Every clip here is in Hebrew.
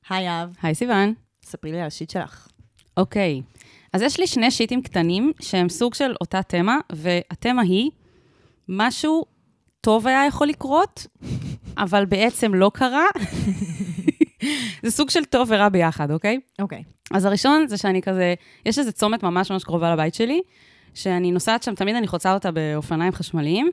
היי אב. היי סיוון. ספרי לי על השיט שלך. אוקיי, אז יש לי שני שיטים קטנים שהם סוג של אותה תמה, והתמה היא, משהו טוב היה יכול לקרות, אבל בעצם לא קרה. זה סוג של טוב ורע ביחד, אוקיי? אוקיי. אז הראשון זה שאני כזה, יש איזה צומת ממש ממש קרובה לבית שלי, שאני נוסעת שם, תמיד אני חוצה אותה באופניים חשמליים,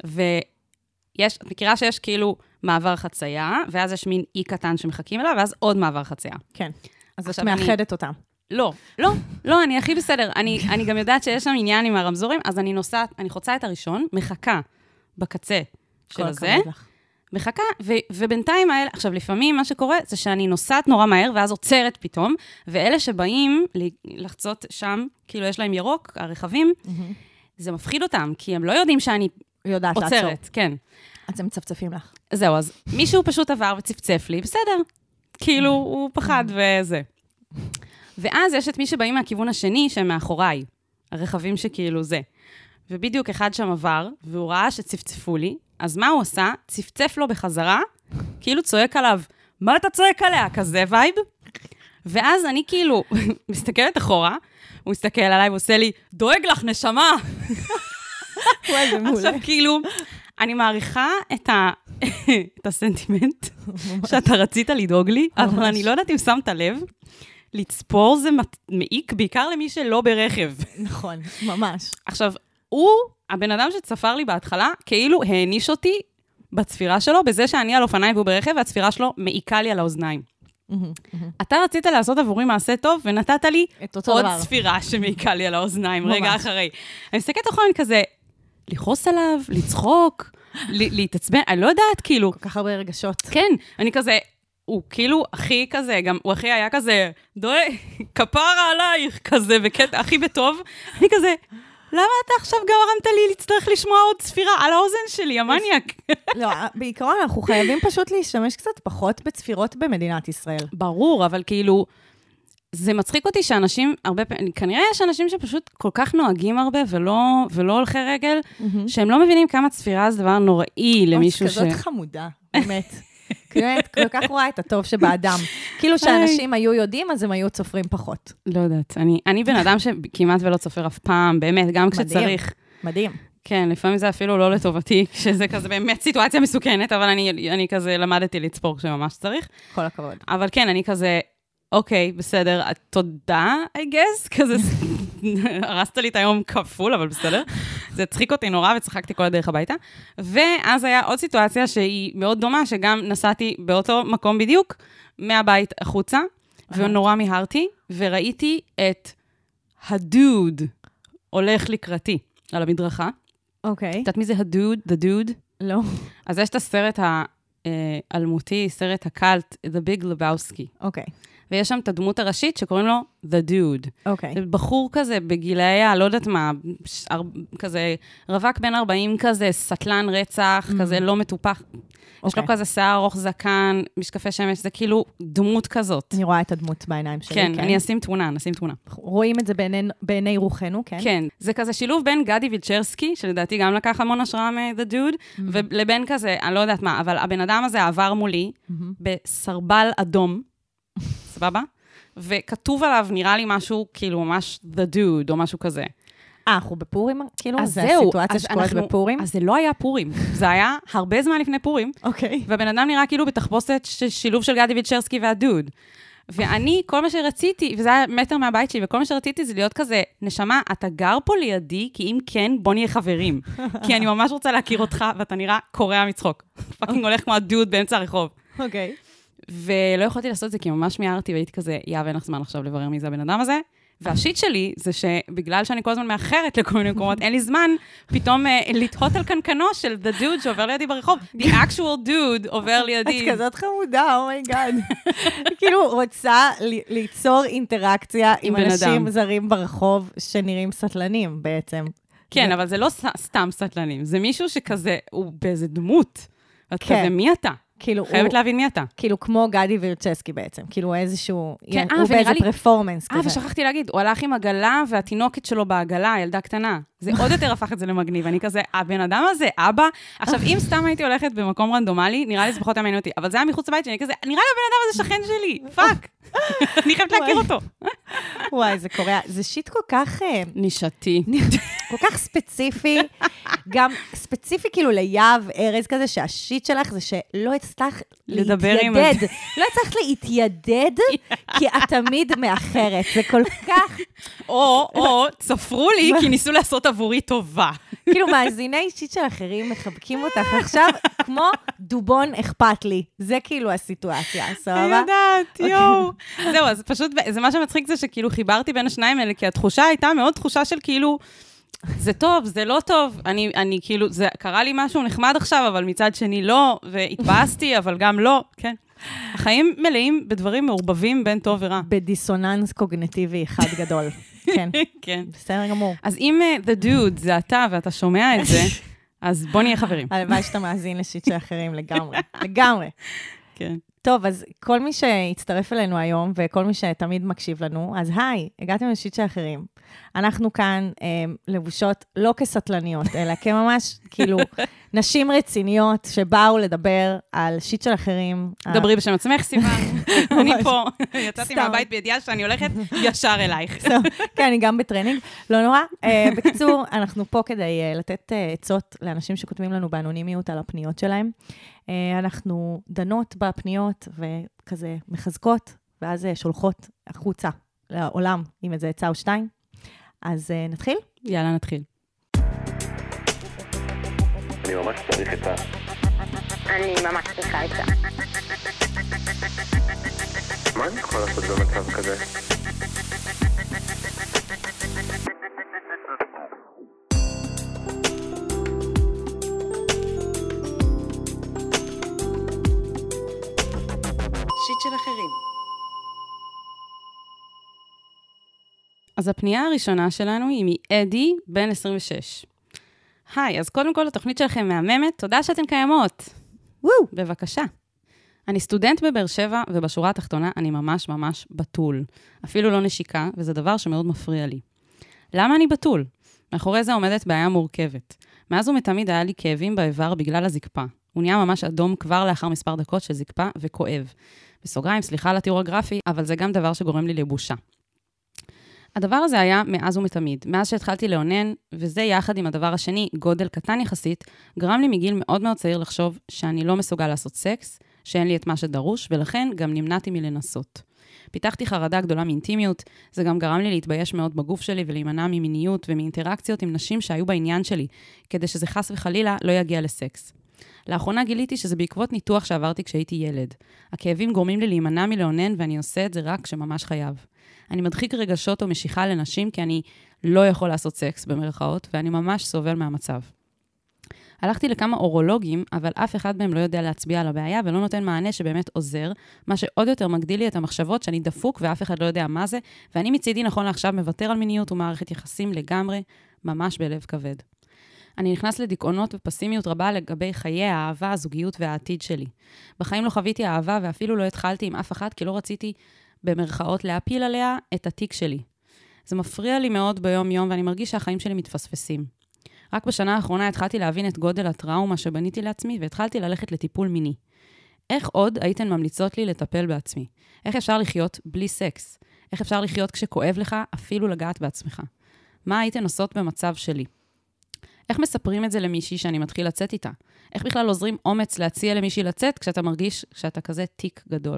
ויש, את מכירה שיש כאילו מעבר חצייה, ואז יש מין אי קטן שמחכים אליו, ואז עוד מעבר חצייה. כן. אז את מאחדת אותם. לא, אני הכי בסדר. אני גם יודעת שיש שם עניין עם הרמזורים, אז אני נוסעת, אני חוצה את הראשון, מחכה בקצה של הזה, מחכה, ובינתיים האלה, עכשיו לפעמים מה שקורה זה שאני נוסעת נורא מהר, ואז עוצרת פתאום, ואלה שבאים לחצות שם, כאילו יש להם ירוק, הרכבים, זה מפחיד אותם, כי הם לא יודעים שאני עוצרת, כן. אז הם מצפצפים לך. זהו, אז מישהו פשוט עבר וצפצף לי, בסדר. כאילו, הוא פחד וזה. ואז יש את מי שבאים מהכיוון השני, שהם מאחוריי. הרכבים שכאילו זה. ובדיוק אחד שם עבר, והוא ראה שצפצפו לי, אז מה הוא עשה? צפצף לו בחזרה, כאילו צועק עליו, מה אתה צועק עליה? כזה וייב. ואז אני כאילו מסתכלת אחורה, הוא מסתכל עליי ועושה לי, דואג לך, נשמה. וואי, זה מעולה. עכשיו כאילו, אני מעריכה את הסנטימנט שאתה רצית לדאוג לי, אבל אני לא יודעת אם שמת לב, לצפור זה מעיק, בעיקר למי שלא ברכב. נכון, ממש. עכשיו, הבן אדם שצפר לי בהתחלה, כאילו העניש אותי בצפירה שלו, בזה שאני על אופניים והוא ברכב, והצפירה שלו מעיקה לי על האוזניים. אתה רצית לעשות עבורי מעשה טוב, ונתת לי עוד צפירה שמעיקה לי על האוזניים, רגע אחרי. אני מסתכלת אחרון כזה, לכעוס עליו, לצחוק, להתעצבן, אני לא יודעת, כאילו. כל כך הרבה רגשות. כן, אני כזה, הוא כאילו הכי כזה, גם הוא הכי היה כזה, כפרה עלייך, כזה, וקטע הכי בטוב. אני כזה, למה אתה עכשיו גרמת לי להצטרך לשמוע עוד צפירה על האוזן שלי, המניאק? לא, בעיקרון אנחנו חייבים פשוט להשתמש קצת פחות בצפירות במדינת ישראל. ברור, אבל כאילו, זה מצחיק אותי שאנשים, הרבה פעמים, כנראה יש אנשים שפשוט כל כך נוהגים הרבה, ולא הולכי רגל, שהם לא מבינים כמה צפירה זה דבר נוראי למישהו כזאת חמודה, באמת. באמת, כל כך רואה את הטוב שבאדם. כאילו שאנשים היו יודעים, אז הם היו צופרים פחות. לא יודעת, אני בן אדם שכמעט ולא צופר אף פעם, באמת, גם כשצריך. מדהים. כן, לפעמים זה אפילו לא לטובתי, שזה כזה באמת סיטואציה מסוכנת, אבל אני כזה למדתי לצפור כשממש צריך. כל הכבוד. אבל כן, אני כזה, אוקיי, בסדר, תודה, I guess, כזה, הרסת לי את היום כפול, אבל בסדר. זה הצחיק אותי נורא וצחקתי כל הדרך הביתה. ואז היה עוד סיטואציה שהיא מאוד דומה, שגם נסעתי באותו מקום בדיוק, מהבית החוצה, ונורא מיהרתי, וראיתי את הדוד הולך לקראתי על המדרכה. אוקיי. את יודעת מי זה הדוד? The dude? לא. אז יש את הסרט האלמותי, סרט הקלט, The Big Lebowski. אוקיי. ויש שם את הדמות הראשית שקוראים לו The Dude. אוקיי. זה בחור כזה בגילאי, לא יודעת מה, כזה רווק בן 40 כזה, סטלן רצח, כזה לא מטופח. יש לו כזה שיער ארוך זקן, משקפי שמש, זה כאילו דמות כזאת. אני רואה את הדמות בעיניים שלי, כן. אני אשים תמונה. רואים את זה בעיני רוחנו, כן? כן. זה כזה שילוב בין גדי וילצ'רסקי, שלדעתי גם לקח המון השראה מ-The Dude, ולבין כזה, אני לא יודעת מה, אבל הבן אדם הזה עבר מולי בסרבל אדום, סבבה? וכתוב עליו, נראה לי משהו, כאילו ממש The Dude, או משהו כזה. אנחנו בפורים? כאילו, אז זה זהו, הסיטואציה שקורית בפורים? אז זה לא היה פורים, זה היה הרבה זמן לפני פורים. אוקיי. והבן אדם נראה כאילו בתחפושת שילוב של גדי וילצ'רסקי והדוד. ואני, כל מה שרציתי, וזה היה מטר מהבית שלי, וכל מה שרציתי זה להיות כזה, נשמה, אתה גר פה לידי, כי אם כן, בוא נהיה חברים. כי אני ממש רוצה להכיר אותך, ואתה נראה קורע מצחוק. פאקינג הולך כמו הדוד באמצע הרחוב. אוקיי. ולא יכולתי לעשות את זה, כי ממש מיהרתי, והייתי כזה, אין לך זמן עכשיו לברר מי זה הבן אדם הזה. והשיט שלי זה שבגלל שאני כל הזמן מאחרת לכל מיני מקומות, אין לי זמן פתאום לתהות על קנקנו של the dude שעובר לידי ברחוב. The actual dude עובר לידי. את כזאת חמודה, אומייגאד. כאילו רוצה ליצור אינטראקציה עם אנשים זרים ברחוב שנראים סטלנים בעצם. כן, אבל זה לא סתם סטלנים, זה מישהו שכזה, הוא באיזה דמות. את כזה, מי אתה? כאילו חייבת להבין מי אתה. כאילו כמו גדי וירצ'סקי בעצם, כאילו איזשהו, כן, הוא באיזה פרפורמנס כזה. ושכחתי להגיד, הוא הלך עם עגלה והתינוקת שלו בעגלה, ילדה קטנה. זה עוד יותר הפך את זה למגניב. אני כזה, הבן אדם הזה, אבא. עכשיו, אם סתם הייתי הולכת במקום רנדומלי, נראה לי זה פחות מעניין אותי, אבל זה היה מחוץ לבית שאני כזה, נראה לי הבן אדם הזה שכן שלי, פאק. אני חייבת להכיר אותו. וואי, זה קורה, זה שיט כל כך... נישתי. כל כך ספציפי, גם ספציפי כאילו ליהב ארז כזה, שהשיט שלך זה שלא הצלח להתיידד. לא הצלחת להתיידד, כי את תמיד מאחרת. זה כל כך... או, צפרו לי, כי ניסו לעשות עבורי טובה. כאילו, מאזיני שיט של אחרים מחבקים אותך עכשיו, כמו דובון אכפת לי. זה כאילו הסיטואציה, סבבה? אני יודעת, יואו. זהו, אז פשוט, זה מה שמצחיק זה שכאילו חיברתי בין השניים האלה, כי התחושה הייתה מאוד תחושה של כאילו, זה טוב, זה לא טוב, אני כאילו, זה קרה לי משהו נחמד עכשיו, אבל מצד שני לא, והתבאסתי, אבל גם לא, כן. החיים מלאים בדברים מעורבבים בין טוב ורע. בדיסוננס קוגניטיבי אחד גדול. כן. כן. בסדר גמור. אז אם the dude זה אתה, ואתה שומע את זה, אז בוא נהיה חברים. הלוואי שאתה מאזין לשיט של אחרים לגמרי. לגמרי. כן. טוב, אז כל מי שהצטרף אלינו היום, וכל מי שתמיד מקשיב לנו, אז היי, הגעתם לשיט של אחרים. אנחנו כאן לבושות לא כסטלניות, אלא כממש, כאילו, נשים רציניות שבאו לדבר על שיט של אחרים. דברי בשם עצמך, סיוון. אני פה. יצאתי מהבית בידיעה שאני הולכת ישר אלייך. כן, אני גם בטרנינג. לא נורא. בקיצור, אנחנו פה כדי לתת עצות לאנשים שכותבים לנו באנונימיות על הפניות שלהם. אנחנו דנות בפניות וכזה מחזקות, ואז שולחות החוצה לעולם עם איזה עצה או שתיים. אז נתחיל? יאללה, נתחיל. אני ממש צריך עצה. אני ממש צריכה עצה. מה אני יכול לעשות במצב כזה? שיט של אחרים. אז הפנייה הראשונה שלנו היא מאדי, בן 26. היי, אז קודם כל התוכנית שלכם מהממת, תודה שאתן קיימות. בבקשה. אני סטודנט בבאר שבע, ובשורה התחתונה אני ממש ממש בטול. אפילו לא נשיקה, וזה דבר שמאוד מפריע לי. למה אני בטול? מאחורי זה עומדת בעיה מורכבת. מאז ומתמיד היה לי כאבים באיבר בגלל הזקפה. הוא נהיה ממש אדום כבר לאחר מספר דקות של זקפה וכואב. בסוגריים, סליחה על התיאור הגרפי, אבל זה גם דבר שגורם לי לבושה. הדבר הזה היה מאז ומתמיד. מאז שהתחלתי לאונן, וזה יחד עם הדבר השני, גודל קטן יחסית, גרם לי מגיל מאוד מאוד צעיר לחשוב שאני לא מסוגל לעשות סקס, שאין לי את מה שדרוש, ולכן גם נמנעתי מלנסות. פיתחתי חרדה גדולה מאינטימיות, זה גם גרם לי להתבייש מאוד בגוף שלי ולהימנע ממיניות ומאינטראקציות עם נשים שהיו בעניין שלי, כדי שזה חס וחלילה לא יגיע לסקס. לאחרונה גיליתי שזה בעקבות ניתוח שעברתי כשהייתי ילד. הכאבים גורמים לי להימנע מלאונן ואני עושה את זה רק כשממש חייב. אני מדחיק רגשות או משיכה לנשים כי אני לא יכול לעשות סקס במרכאות ואני ממש סובל מהמצב. הלכתי לכמה אורולוגים, אבל אף אחד מהם לא יודע להצביע על הבעיה ולא נותן מענה שבאמת עוזר, מה שעוד יותר מגדיל לי את המחשבות שאני דפוק ואף אחד לא יודע מה זה, ואני מצידי נכון לעכשיו מוותר על מיניות ומערכת יחסים לגמרי, ממש בלב כבד. אני נכנס לדיכאונות ופסימיות רבה לגבי חיי האהבה, הזוגיות והעתיד שלי. בחיים לא חוויתי אהבה ואפילו לא התחלתי עם אף אחד, כי לא רציתי במרכאות להפיל עליה את התיק שלי. זה מפריע לי מאוד ביום יום ואני מרגיש שהחיים שלי מתפספסים. רק בשנה האחרונה התחלתי להבין את גודל הטראומה שבניתי לעצמי והתחלתי ללכת לטיפול מיני. איך עוד הייתן ממליצות לי לטפל בעצמי? איך אפשר לחיות בלי סקס? איך אפשר לחיות כשכואב לך אפילו לגעת בעצמך? מה הייתן עושות במצב שלי? איך מספרים את זה למישהי שאני מתחיל לצאת איתה? איך בכלל עוזרים אומץ להציע למישהי לצאת כשאתה מרגיש שאתה כזה תיק גדול?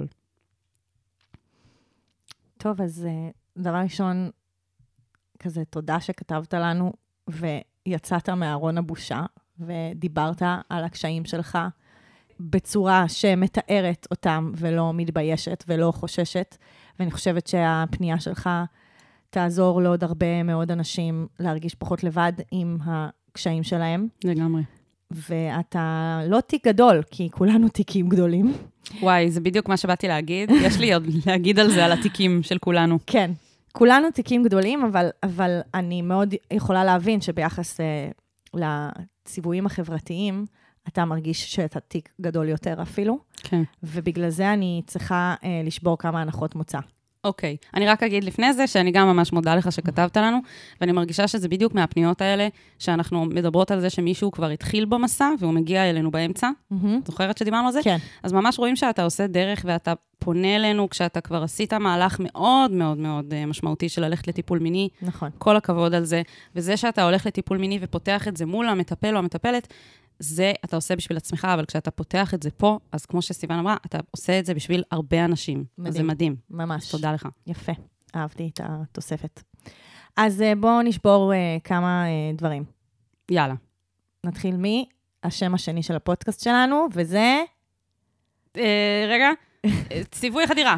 טוב, אז דבר ראשון, כזה תודה שכתבת לנו ויצאת מארון הבושה ודיברת על הקשיים שלך בצורה שמתארת אותם ולא מתביישת ולא חוששת, ואני חושבת שהפנייה שלך תעזור לעוד הרבה מאוד אנשים להרגיש פחות לבד עם הקשיים שלהם. לגמרי. ואתה לא תיק גדול, כי כולנו תיקים גדולים. וואי, זה בדיוק מה שבאתי להגיד. יש לי עוד להגיד על זה, על התיקים של כולנו. כן, כולנו תיקים גדולים, אבל אני מאוד יכולה להבין שביחס לציוויים החברתיים, אתה מרגיש שאתה תיק גדול יותר אפילו, כן. ובגלל זה אני צריכה לשבור כמה הנחות מוצא. אוקיי. אני רק אגיד לפני זה, שאני גם ממש מודה לך שכתבת לנו, ואני מרגישה שזה בדיוק מהפניות האלה, שאנחנו מדברות על זה שמישהו כבר התחיל במסע, והוא מגיע אלינו באמצע. זוכרת שדיברנו על זה? כן. אז ממש רואים שאתה עושה דרך, ואתה פונה אלינו כשאתה כבר עשית מהלך מאוד מאוד מאוד משמעותי של ללכת לטיפול מיני. נכון. כל הכבוד על זה. וזה שאתה הולך לטיפול מיני ופותח את זה מול המטפל או המטפלת, זה אתה עושה בשביל עצמך, אבל כשאתה פותח את זה פה, אז כמו שסיוון אמרה, אתה עושה את זה בשביל הרבה אנשים. מדהים. זה מדהים. ממש. תודה לך. יפה. אהבתי את התוספת. אז בואו נשבור כמה דברים. יאללה. נתחיל מהשם השני של הפודקאסט שלנו, וזה... רגע, ציווי החדירה.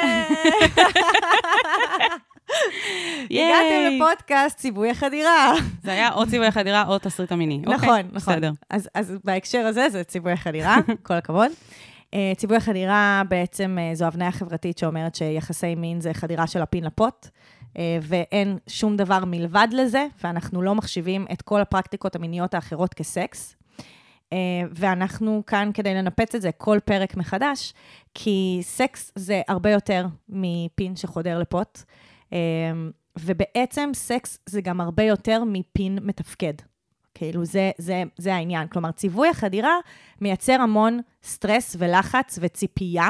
הגעתם לפודקאסט ציווי החדירה. זה היה או ציווי החדירה או תסריט המיני. נכון, נכון. אז בהקשר הזה זה ציווי החדירה, כל הכבוד. ציווי החדירה בעצם זו הבניה חברתית שאומרת שיחסי מין זה חדירה של הפין לפוט, ואין שום דבר מלבד לזה, ואנחנו לא מחשיבים את כל הפרקטיקות המיניות האחרות כסקס. ואנחנו כאן כדי לנפץ את זה כל פרק מחדש, כי סקס זה הרבה יותר מפין שחודר לפוט, ובעצם סקס זה גם הרבה יותר מפין מתפקד. כאילו זה העניין. כלומר, ציווי החדירה מייצר המון סטרס ולחץ וציפייה,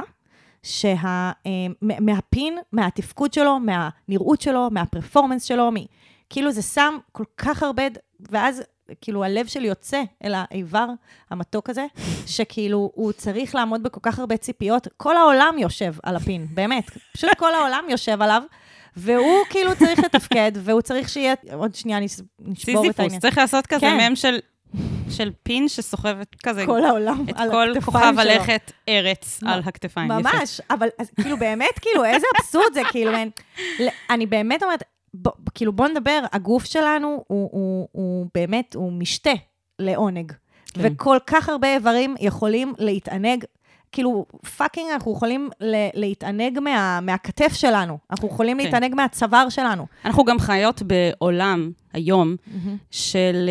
מהפין, מהתפקוד שלו, מהנראות שלו, מהפרפורמנס שלו, כאילו זה שם כל כך הרבה, ואז כאילו הלב שלי יוצא אל האיבר המתוק הזה, שכאילו הוא צריך לעמוד בכל כך הרבה ציפיות, כל העולם יושב על הפין, באמת, פשוט כל העולם יושב עליו, והוא כאילו צריך לתפקד, והוא צריך שיהיה, עוד שנייה נשבור את העניין. צריך לעשות כזה מם של פין שסוחבת כזה, כל העולם את כל כוכב הלכת ארץ על הכתפיים. ממש, אבל כאילו באמת, כאילו איזה אבסורד זה, כאילו, אני באמת אומרת, כאילו בוא נדבר, הגוף שלנו הוא באמת, הוא משתה לעונג, וכל כך הרבה איברים יכולים להתענג, כאילו פאקינג אנחנו יכולים להתענג מהכתף שלנו, אנחנו יכולים להתענג מהצוואר שלנו. אנחנו גם חיות בעולם היום של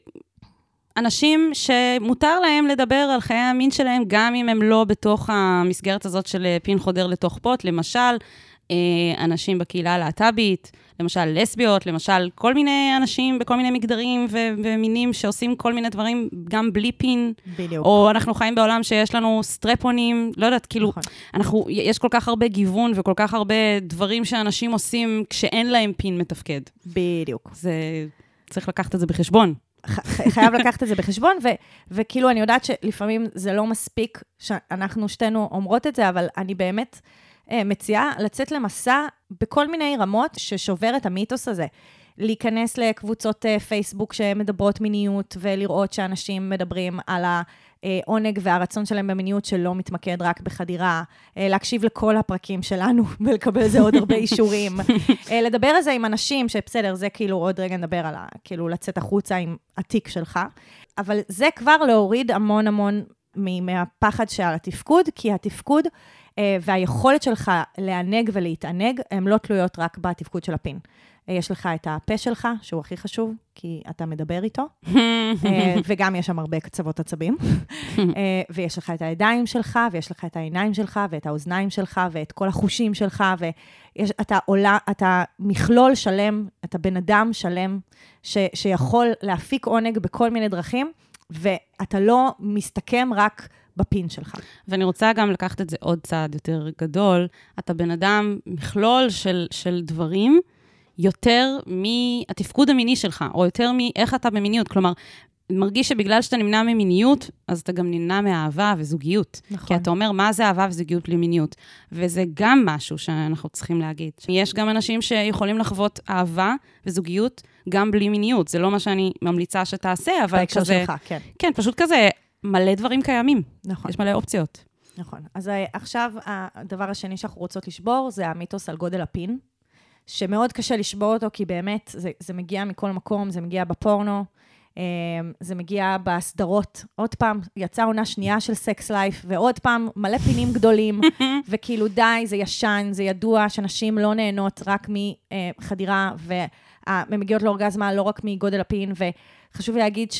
אנשים שמותר להם לדבר על חיי המין שלהם, גם אם הם לא בתוך המסגרת הזאת של פין חודר לתוך פוט, למשל, אנשים בקהילה הלהט"בית, למשל לסביות, למשל כל מיני אנשים בכל מיני מגדרים ומינים שעושים כל מיני דברים גם בלי פין. בדיוק. או אנחנו חיים בעולם שיש לנו סטרפונים, לא יודעת, כאילו, יש כל כך הרבה גיוון וכל כך הרבה דברים שאנשים עושים כשאין להם פין מתפקד. בדיוק. צריך לקחת את זה בחשבון. חייב לקחת את זה בחשבון, וכאילו אני יודעת שלפעמים זה לא מספיק שאנחנו שתינו אומרות את זה, אבל אני באמת מציעה לצאת למסע בכל מיני רמות ששובר את המיתוס הזה. להיכנס לקבוצות פייסבוק שמדברות מיניות, ולראות שאנשים מדברים על העונג והרצון שלהם במיניות שלא מתמקד רק בחדירה, להקשיב לכל הפרקים שלנו ולקבל זה עוד הרבה אישורים, לדבר על זה עם אנשים שבסדר, זה כאילו עוד רגע נדבר על כאילו לצאת החוצה עם התיק שלך, אבל זה כבר להוריד המון המון מהפחד שעל התפקוד, כי התפקוד והיכולת שלך לענג ולהתענג, הן לא תלויות רק בתפקוד של הפין. יש לך את הפה שלך, שהוא הכי חשוב, כי אתה מדבר איתו, וגם יש שם הרבה קצוות עצבים, ויש לך את הידיים שלך, ויש לך את העיניים שלך, ואת האוזניים שלך, ואת כל החושים שלך, ואתה מכלול שלם, אתה בן אדם שלם, שיכול להפיק עונג בכל מיני דרכים, ואתה לא מסתכם רק בפין שלך. ואני רוצה גם לקחת את זה עוד צעד יותר גדול, אתה בן אדם מכלול של דברים, יותר מהתפקוד המיני שלך, או יותר מאיך אתה במיניות. כלומר, מרגיש שבגלל שאתה נמנע ממיניות, אז אתה גם נמנע מאהבה וזוגיות. נכון. כי אתה אומר, מה זה אהבה וזוגיות בלי מיניות? וזה גם משהו שאנחנו צריכים להגיד. יש גם אנשים שיכולים לחוות אהבה וזוגיות גם בלי מיניות. זה לא מה שאני ממליצה שתעשה, אבל כזה... שלך, כן. כן, פשוט כזה מלא דברים קיימים. נכון. יש מלא אופציות. נכון. אז עכשיו, הדבר השני שאנחנו רוצות לשבור, זה המיתוס על גודל הפין. שמאוד קשה לשבור אותו, כי באמת זה מגיע מכל מקום, זה מגיע בפורנו, זה מגיע בסדרות. עוד פעם, יצאה עונה שנייה של סקס לייף, ועוד פעם מלא פינים גדולים, וכאילו די, זה ישן, זה ידוע שנשים לא נהנות רק מחדירה, והן מגיעות לאורגזמה לא רק מגודל הפין, וחשוב להגיד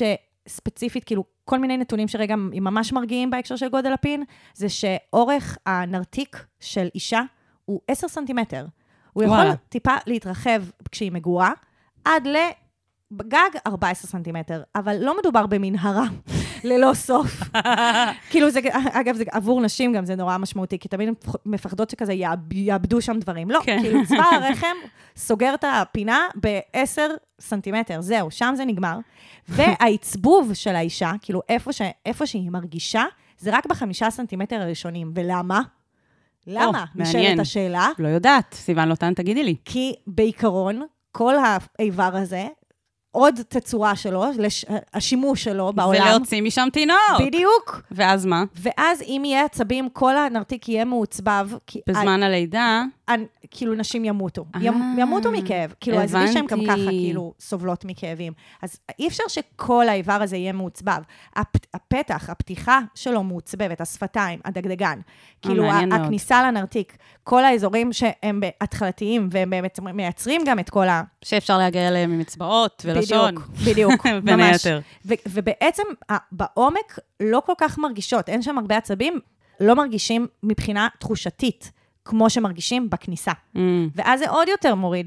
ספציפית, כאילו, כל מיני נתונים שרגע ממש מרגיעים בהקשר של גודל הפין, זה שאורך הנרתיק של אישה הוא 10 סנטימטר. הוא יכול טיפה להתרחב כשהיא מגורה, עד לגג 14 סנטימטר, אבל לא מדובר במנהרה ללא סוף. כאילו זה, אגב, זה עבור נשים גם זה נורא משמעותי, כי תמיד מפחדות שכזה יאבדו שם דברים. לא, כאילו צבא הרחם סוגר את הפינה ב10 סנטימטר, זהו, שם זה נגמר. והעצבוב של האישה, כאילו איפה שהיא מרגישה, זה רק ב5 סנטימטר הראשונים. ולמה? למה? נשאלת השאלה. לא יודעת, סיוון לוטן, תגידי לי. כי בעיקרון, כל האיבר הזה, עוד תצורה שלו, השימוש שלו בעולם. ולהוציא משם תינוק. בדיוק. ואז מה? ואז אם יהיה עצבים, כל הנרתיק יהיה מעוצבב. בזמן הלידה? כאילו נשים ימותו. ימותו מכאב. כאילו, אז לי שהם גם ככה, כאילו, סובלות מכאבים. אז אי אפשר שכל האיבר הזה יהיה מעוצבב. הפתח, הפתיחה שלו מעוצבבת, השפתיים, הדגדגן. כאילו, הכניסה לנרתיק, כל האזורים שהם התחלתיים, והם באמת מייצרים גם את כל שאפשר להגיע אליהם עם אצבעות ולשון. בדיוק, ממש. היתר. ובעצם, בעומק לא כל כך מרגישות. אין שם הרבה עצבים, לא מרגישים מבחינה תחושתית. כמו שמרגישים בכניסה. ואז זה עוד יותר מוריד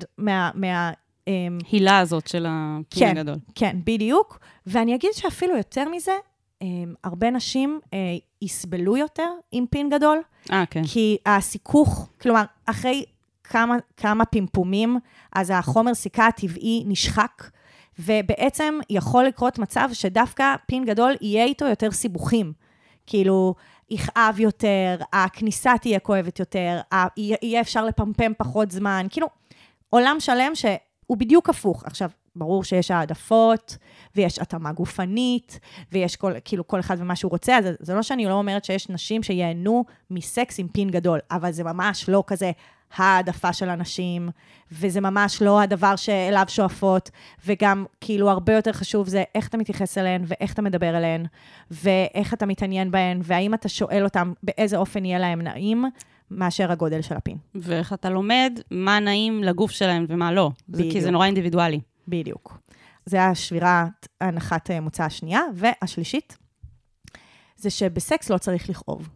הילה הזאת של הפין הגדול. כן, בדיוק. ואני אגיד שאפילו יותר מזה, הרבה נשים יסבלו יותר עם פין גדול. כן. כי הסיכוך, כלומר, אחרי כמה פימפומים, אז החומר סיכה הטבעי נשחק, ובעצם יכול לקרות מצב שדווקא פין גדול יהיה איתו יותר סיבוכים. כאילו, יכאב יותר, הכניסה תהיה כואבת יותר, יהיה אפשר לפמפם פחות זמן, כאילו, עולם שלם שהוא בדיוק הפוך. עכשיו, ברור שיש העדפות, ויש התאמה גופנית, ויש כאילו כל אחד ומה שהוא רוצה, אז זה לא שאני לא אומרת שיש נשים שיהנו מסקס עם פין גדול, אבל זה ממש לא כזה העדפה של אנשים, וזה ממש לא הדבר שאליו שואפות, וגם כאילו הרבה יותר חשוב זה איך אתה מתייחס אליהן, ואיך אתה מדבר אליהן, ואיך אתה מתעניין בהן, והאם אתה שואל אותם באיזה אופן יהיה להם נעים, מאשר הגודל של הפין. ואיך אתה לומד מה נעים לגוף שלהם ומה לא. כי זה נורא אינדיבידואלי. בדיוק. זה השבירת הנחת מוצא השנייה, והשלישית, זה שבסקס לא צריך לכאוב.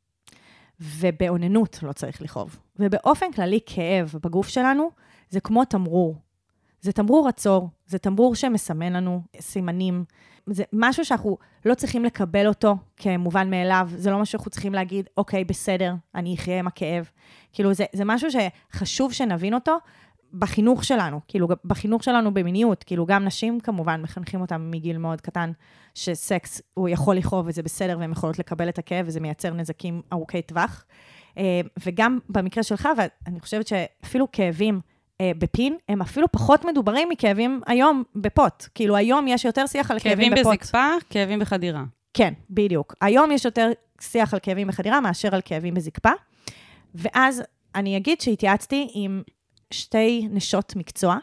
ובעוננות לא צריך לכאוב. ובאופן כללי כאב בגוף שלנו, זה כמו תמרור. זה תמרור עצור, זה תמרור שמסמן לנו סימנים. זה משהו שאנחנו לא צריכים לקבל אותו כמובן מאליו, זה לא משהו שאנחנו צריכים להגיד, אוקיי, בסדר, אני אחיה עם הכאב. כאילו, זה משהו שחשוב שנבין אותו בחינוך שלנו, כאילו, בחינוך שלנו במיניות, כאילו, גם נשים כמובן מחנכים אותם מגיל מאוד קטן, שסקס הוא יכול לכאוב וזה בסדר, והן יכולות לקבל את הכאב, וזה מייצר נזקים ארוכי טווח. וגם במקרה שלך, ואני חושבת שאפילו כאבים בפין, הם אפילו פחות מדוברים מכאבים היום בפוט. כאילו, היום יש יותר שיח על כאבים בפוט. כאבים בזקפה, כאבים בחדירה. כן, בדיוק. היום יש יותר שיח על כאבים בחדירה, מאשר על כאבים בזקפה. ואז אני אגיד שהתייעצתי עם שתי נשות מקצוע.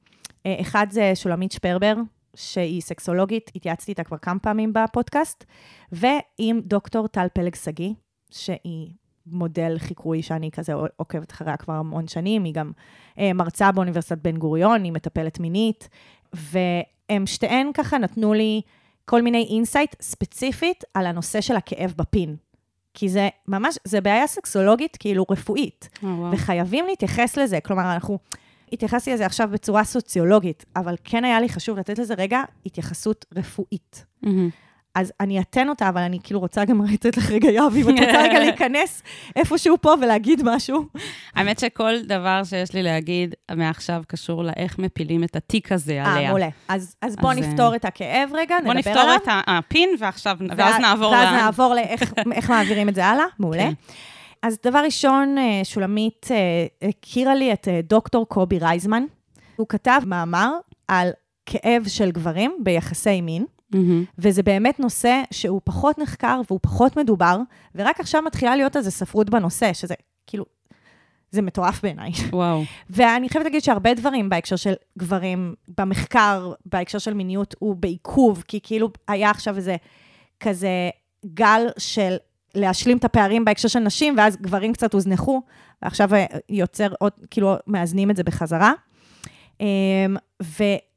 אחד זה שולמית שפרבר, שהיא סקסולוגית, התייעצתי איתה כבר כמה פעמים בפודקאסט, ועם דוקטור טל פלג סגי, שהיא מודל חיקוי שאני כזה עוקבת אחריה כבר המון שנים, היא גם מרצה באוניברסיטת בן גוריון, היא מטפלת מינית, והם שתיהן ככה נתנו לי כל מיני אינסייט ספציפית על הנושא של הכאב בפין. כי זה ממש, זה בעיה סקסולוגית כאילו רפואית, וחייבים להתייחס לזה, כלומר אנחנו התייחסתי לזה עכשיו בצורה סוציולוגית, אבל כן היה לי חשוב לתת לזה רגע התייחסות רפואית. אז אני אתן אותה, אבל אני כאילו רוצה גם לתת לך רגע יאב, אם את רוצה רגע להיכנס איפשהו פה ולהגיד משהו. האמת שכל דבר שיש לי להגיד מעכשיו קשור לאיך מפילים את התיק הזה עליה. מעולה. אז בוא נפתור את הכאב רגע, נדבר עליו. בוא נפתור את הפין, ואז נעבור לאיך מעבירים את זה הלאה. מעולה. אז דבר ראשון, שולמית הכירה לי את דוקטור קובי רייזמן. הוא כתב מאמר על כאב של גברים ביחסי מין, וזה באמת נושא שהוא פחות נחקר והוא פחות מדובר, ורק עכשיו מתחילה להיות איזו ספרות בנושא, שזה כאילו, זה מטורף בעיניי. וואו. ואני חייבת להגיד שהרבה דברים בהקשר של גברים, במחקר, בהקשר של מיניות, הוא בעיכוב, כי כאילו היה עכשיו איזה כזה גל של להשלים את הפערים בהקשר של נשים, ואז גברים קצת הוזנחו, ועכשיו יוצר עוד, כאילו מאזנים את זה בחזרה.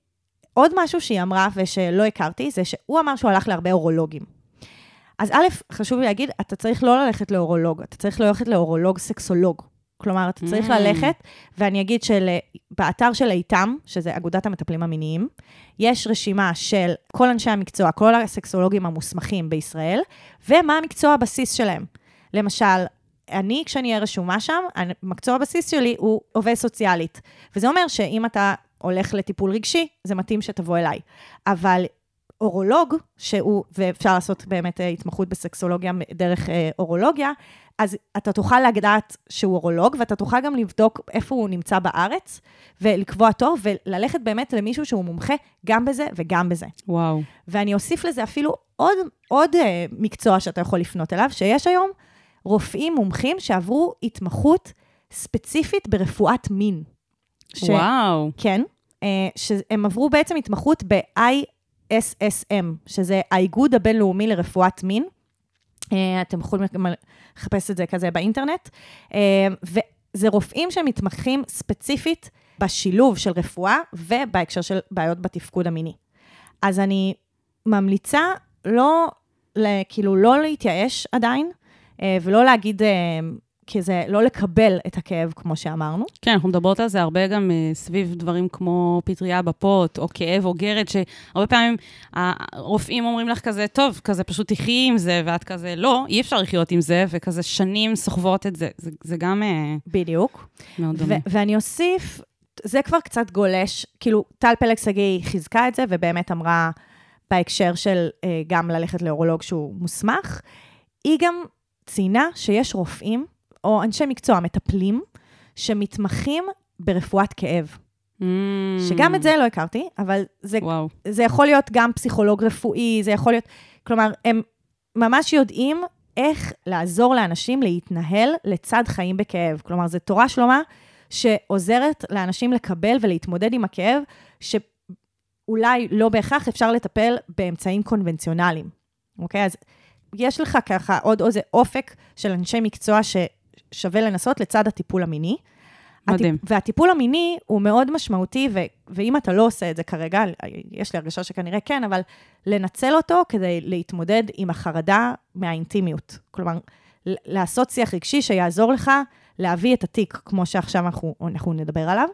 עוד משהו שהיא אמרה ושלא הכרתי, זה שהוא אמר שהוא הלך להרבה אורולוגים. אז א', חשוב לי להגיד, אתה צריך לא ללכת לאורולוג, אתה צריך ללכת לאורולוג סקסולוג. כלומר, אתה צריך ללכת, ואני אגיד שבאתר של איתם, שזה אגודת המטפלים המיניים, יש רשימה של כל אנשי המקצוע, כל הסקסולוגים המוסמכים בישראל, ומה המקצוע הבסיס שלהם. למשל, אני, כשאני אהיה רשומה שם, המקצוע הבסיס שלי הוא עובד סוציאלית. וזה אומר שאם אתה הולך לטיפול רגשי, זה מתאים שתבוא אליי. אבל אורולוג, ואפשר לעשות באמת התמחות בסקסולוגיה דרך אורולוגיה, אז אתה תוכל לדעת שהוא אורולוג, ואתה תוכל גם לבדוק איפה הוא נמצא בארץ, ולקבוע תור, וללכת באמת למישהו שהוא מומחה גם בזה וגם בזה. וואו. ואני אוסיף לזה אפילו עוד מקצוע שאתה יכול לפנות אליו, שיש היום רופאים מומחים שעברו התמחות ספציפית ברפואת מין. וואו. כן, שהם עברו בעצם התמחות ב-ISSM, שזה האיגוד הבינלאומי לרפואת מין. אתם יכולים לחפש את זה כזה באינטרנט. וזה רופאים שמתמחים ספציפית בשילוב של רפואה, ובהקשר של בעיות בתפקוד המיני. אז אני ממליצה כאילו לא להתייאש עדיין, ולא להגיד, כזה, לא לקבל את הכאב, כמו שאמרנו. כן, אנחנו מדברות על זה הרבה גם סביב דברים כמו פטריה בפוט, או כאב או גרד, שהרבה פעמים הרופאים אומרים לך כזה, טוב, כזה פשוט תחי עם זה, ואת כזה, לא, אי אפשר לחיות עם זה, וכזה שנים סוחבות את זה. זה גם בדיוק. מאוד דומה. ואני אוסיף, זה כבר קצת גולש, כאילו, טל פלג סגי חיזקה את זה, ובאמת אמרה בהקשר של גם ללכת לאורולוג שהוא מוסמך, היא גם ציינה שיש רופאים, או אנשי מקצוע, מטפלים, שמתמחים ברפואת כאב. שגם את זה לא הכרתי, אבל זה יכול להיות גם פסיכולוג רפואי, זה יכול להיות, כלומר, הם ממש יודעים איך לעזור לאנשים להתנהל לצד חיים בכאב. כלומר, זו תורה שלמה שעוזרת לאנשים לקבל ולהתמודד עם הכאב, שאולי לא בהכרח אפשר לטפל באמצעים קונבנציונליים. אוקיי? אז יש לך ככה עוד איזה אופק של אנשי מקצוע ששווה לנסות לצד הטיפול המיני. מדהים. והטיפול המיני הוא מאוד משמעותי, ואם אתה לא עושה את זה כרגע, יש לי הרגשה שכנראה כן, אבל לנצל אותו כדי להתמודד עם החרדה מהאינטימיות. כלומר, לעשות שיח רגשי שיעזור לך להביא את התיק, כמו שעכשיו אנחנו נדבר עליו.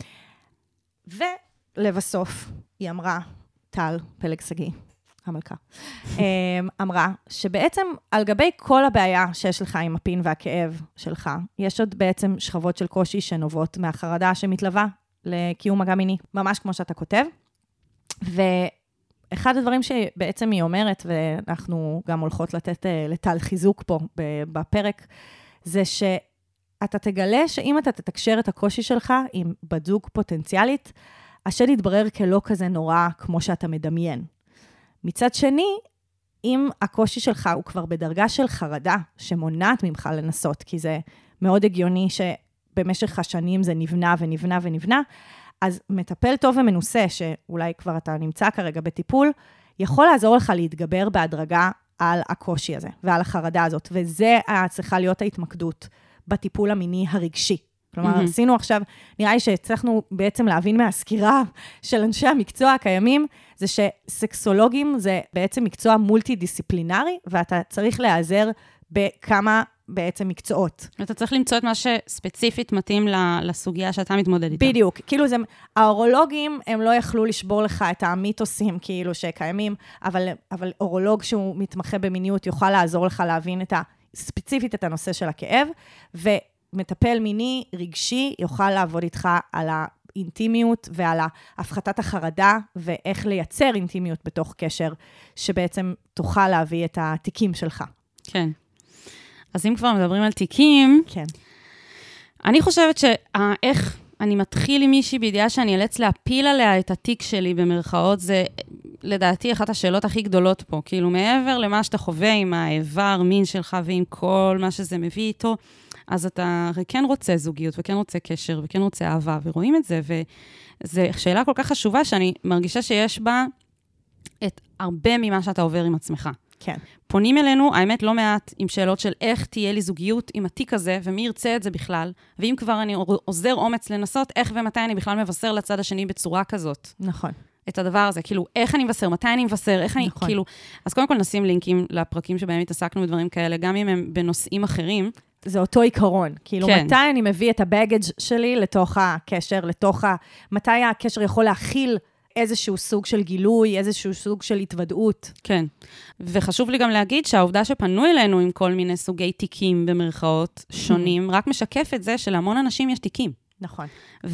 ולבסוף, היא אמרה, טל פלג סגי, המלכה, אמרה שבעצם על גבי כל הבעיה שיש לך עם הפין והכאב שלך, יש עוד בעצם שכבות של קושי שנובעות מהחרדה שמתלווה לקיום מגע מיני, ממש כמו שאתה כותב. ואחד הדברים שבעצם היא אומרת, ואנחנו גם הולכות לתת לטל חיזוק פה בפרק, זה שאתה תגלה שאם אתה תתקשר את הקושי שלך עם בת זוג פוטנציאלית, השד יתברר כלא כזה נורא כמו שאתה מדמיין. מצד שני, אם הקושי שלך הוא כבר בדרגה של חרדה, שמונעת ממך לנסות, כי זה מאוד הגיוני שבמשך השנים זה נבנה ונבנה ונבנה, אז מטפל טוב ומנוסה, שאולי כבר אתה נמצא כרגע בטיפול, יכול לעזור לך להתגבר בהדרגה על הקושי הזה, ועל החרדה הזאת, וזה צריכה להיות ההתמקדות בטיפול המיני הרגשי. כלומר, עשינו עכשיו, נראה לי שהצלחנו בעצם להבין מהסקירה של אנשי המקצוע הקיימים, זה שסקסולוגים זה בעצם מקצוע מולטי-דיסציפלינרי, ואתה צריך להיעזר בכמה בעצם מקצועות. אתה צריך למצוא את מה שספציפית מתאים לסוגיה שאתה מתמודד איתה. בדיוק, כאילו זה, האורולוגים הם לא יכלו לשבור לך את המיתוסים כאילו שקיימים, אבל אורולוג שהוא מתמחה במיניות יוכל לעזור לך להבין ספציפית את הנושא של הכאב, מטפל מיני רגשי יוכל לעבוד איתך על האינטימיות ועל הפחתת החרדה, ואיך לייצר אינטימיות בתוך קשר, שבעצם תוכל להביא את התיקים שלך. כן. אז אם כבר מדברים על תיקים, כן. אני חושבת שאיך אני מתחיל עם מישהי בידיעה שאני אלץ להפיל עליה את התיק שלי במרכאות, זה לדעתי אחת השאלות הכי גדולות פה. כאילו מעבר למה שאתה חווה עם האיבר מין שלך ועם כל מה שזה מביא איתו, אז אתה כן רוצה זוגיות, וכן רוצה קשר, וכן רוצה אהבה, ורואים את זה, וזו שאלה כל כך חשובה, שאני מרגישה שיש בה את הרבה ממה שאתה עובר עם עצמך. כן. פונים אלינו, האמת לא מעט, עם שאלות של איך תהיה לי זוגיות עם התיק הזה, ומי ירצה את זה בכלל, ואם כבר אני עוזר אומץ לנסות, איך ומתי אני בכלל מבשר לצד השני בצורה כזאת. נכון. את הדבר הזה, כאילו, איך אני מבשר, מתי אני מבשר, איך אני, נכון. כאילו, אז קודם כל נשים לינקים לפרקים שבהם התעסקנו בדברים כאלה, גם אם הם בנושאים אחרים. זה אותו עיקרון. כאילו, כן. מתי אני מביא את הבאגג' שלי לתוך הקשר, מתי הקשר יכול להכיל איזשהו סוג של גילוי, איזשהו סוג של התוודעות. כן. וחשוב לי גם להגיד שהעובדה שפנו אלינו עם כל מיני סוגי תיקים במרכאות שונים, רק משקף את זה שלהמון אנשים יש תיקים. נכון.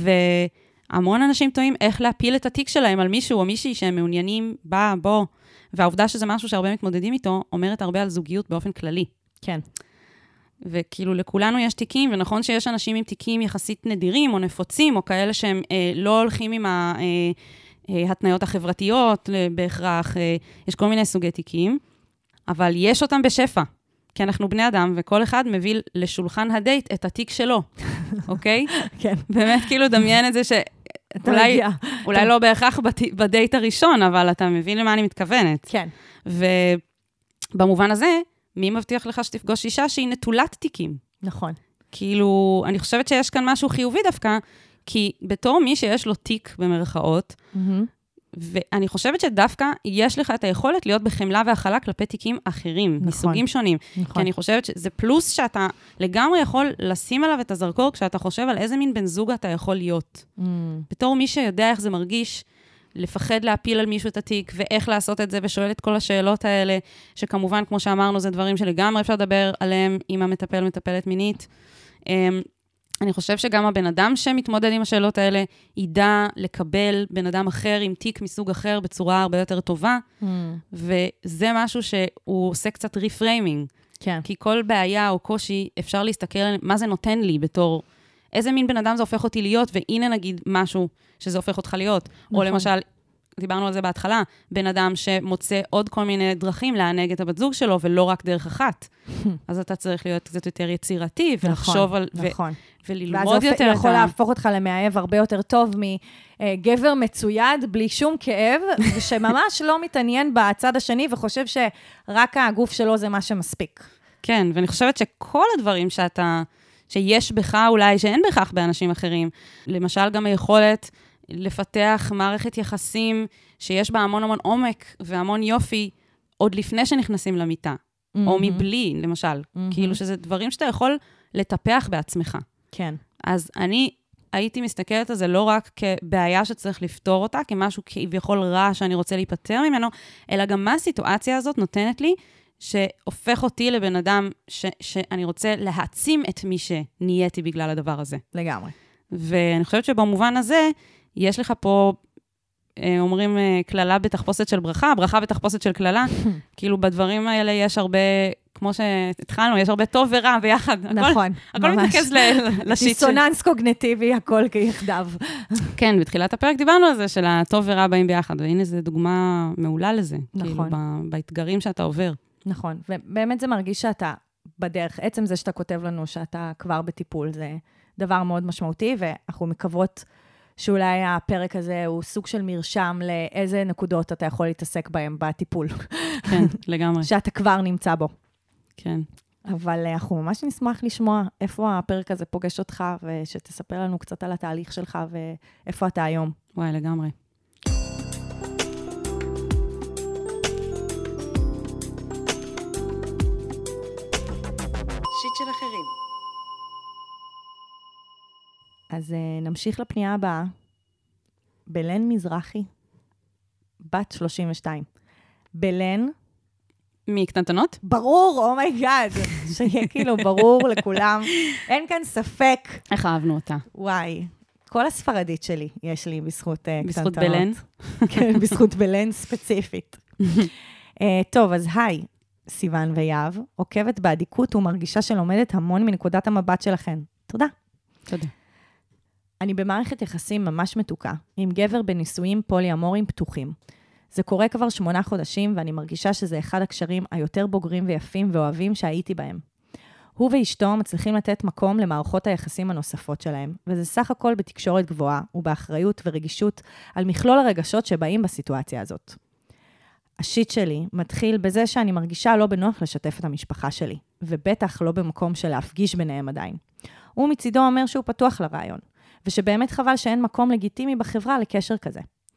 והמון אנשים טועים איך להפיל את התיק שלהם על מישהו או מישהי שהם מעוניינים, בוא. והעובדה שזה משהו שהרבה מתמודדים איתו, אומרת הרבה על זוגיות באופן כללי. כן. וכאילו לכולנו יש תיקים, ונכון שיש אנשים עם תיקים יחסית נדירים או נפוצים, או כאלה שהם לא הולכים עם ההתניות החברתיות בהכרח, יש כל מיני סוגי תיקים, אבל יש אותם בשפע, כי אנחנו בני אדם, וכל אחד מביא לשולחן הדייט את התיק שלו, אוקיי? כן. באמת כאילו דמיין את זה אולי לא בהכרח בדייט הראשון, אבל אתה מבין למה אני מתכוונת. כן. ובמובן הזה, מי מבטיח לך שתפגוש אישה שהיא נטולת תיקים? נכון. כאילו, אני חושבת שיש כאן משהו חיובי דווקא, כי בתור מי שיש לו תיק במרכאות, ואני חושבת שדווקא יש לך את היכולת להיות בחמלה והכלה כלפי תיקים אחרים, נכון. מסוגים שונים. נכון. כי אני חושבת שזה פלוס שאתה לגמרי יכול לשים עליו את הזרקור, כשאתה חושב על איזה מין בן זוג אתה יכול להיות. בתור מי שיודע איך זה מרגיש, לפחד להפיל על מישהו את התיק, ואיך לעשות את זה, ושואל את כל השאלות האלה, שכמובן, כמו שאמרנו, זה דברים שלגמרי אפשר לדבר עליהם עם המטפל, מטפלת מינית. אני חושב שגם הבן אדם שמתמודד עם השאלות האלה, ידע לקבל בן אדם אחר עם תיק מסוג אחר בצורה הרבה יותר טובה, וזה משהו שהוא עושה קצת ריפריימינג. כן. כי כל בעיה או קושי, אפשר להסתכל על מה זה נותן לי בתור, איזה מין בן אדם זה הופך אותי להיות, והנה נגיד משהו שזה הופך אותך להיות. נכון. או למשל, דיברנו על זה בהתחלה, בן אדם שמוצא עוד כל מיני דרכים לענג את הבת זוג שלו, ולא רק דרך אחת. אז אתה צריך להיות קצת יותר יצירתי, ולחשוב על... נכון. וללמוד יותר... ואז יכול להפוך אותך למאהב הרבה יותר טוב מגבר מצויד, בלי שום כאב, ושממש לא מתעניין בצד השני, וחושב שרק הגוף שלו זה מה שמספיק. כן, ואני חושבת שכל הדברים שיש בך אולי, שאין בכך באנשים אחרים, למשל גם היכולת לפתח מערכת יחסים שיש בה המון המון עומק והמון יופי, עוד לפני שנכנסים למיטה, או מבלי, למשל. כאילו שזה דברים שאתה יכול לטפח בעצמך. כן. אז אני הייתי מסתכלת על זה לא רק כבעיה שצריך לפתור אותה, כמשהו כביכול רע שאני רוצה להיפטר ממנו, אלא גם מה הסיטואציה הזאת נותנת לי, שהופך אותי לבן אדם שאני רוצה להעצים את מי שנהייתי בגלל הדבר הזה. לגמרי. ואני חושבת שבמובן הזה, יש לך פה, אומרים, כללה בתחפושת של ברכה, ברכה בתחפושת של כללה, כאילו בדברים האלה יש הרבה, כמו שהתחלנו, יש הרבה טוב ורע ביחד. נכון, הכל מתרכז לשיט. דיסוננס קוגניטיבי, הכל כיחדיו. כן, בתחילת הפרק דיברנו על זה, של הטוב ורע באים ביחד, והנה זו דוגמה מעולה לזה. נכון. כאילו, באתגרים שאתה עובר. נכון, ובאמת זה מרגיש שאתה בדרך, עצם זה שאתה כותב לנו שאתה כבר בטיפול, זה דבר מאוד משמעותי, ואנחנו מקוות שאולי הפרק הזה הוא סוג של מרשם לאיזה נקודות אתה יכול להתעסק בהם בטיפול. כן, לגמרי. שאתה כבר נמצא בו. כן. אבל אנחנו ממש נשמח לשמוע איפה הפרק הזה פוגש אותך, ושתספר לנו קצת על התהליך שלך, ואיפה אתה היום. וואי, לגמרי. שיט של אחרים. אז נמשיך לפנייה הבאה. בלן מזרחי, בת 32. בלן... מקטנטנות? ברור, אומייגאד. שיהיה כאילו ברור לכולם. אין כאן ספק. איך אהבנו אותה? וואי. כל הספרדית שלי יש לי בזכות קטנטנות. בזכות בלן? כן, בזכות בלן ספציפית. טוב, אז היי, סיוון ויהב, עוקבת באדיקות ומרגישה שלומדת המון מנקודת המבט שלכן. תודה. תודה. אני במערכת יחסים ממש מתוקה, עם גבר בנישואים פולי-אמוריים פתוחים. זה קורה כבר 8 חודשים, ואני מרגישה שזה אחד הקשרים היותר בוגרים ויפים ואוהבים שהייתי בהם. הוא ואשתו מצליחים לתת מקום למערכות היחסים הנוספות שלהם, וזה סך הכל בתקשורת גבוהה, ובאחריות ורגישות על מכלול הרגשות שבאים בסיטואציה הזאת. השיט שלי מתחיל בזה שאני מרגישה לא בנוח לשתף את המשפחה שלי, ובטח לא במקום של להפגיש ביניהם עדיין. הוא מצידו אומר שהוא פתוח לרעיון, ושבאמת חבל שאין מקום לגיטימי בחברה לקשר כזה.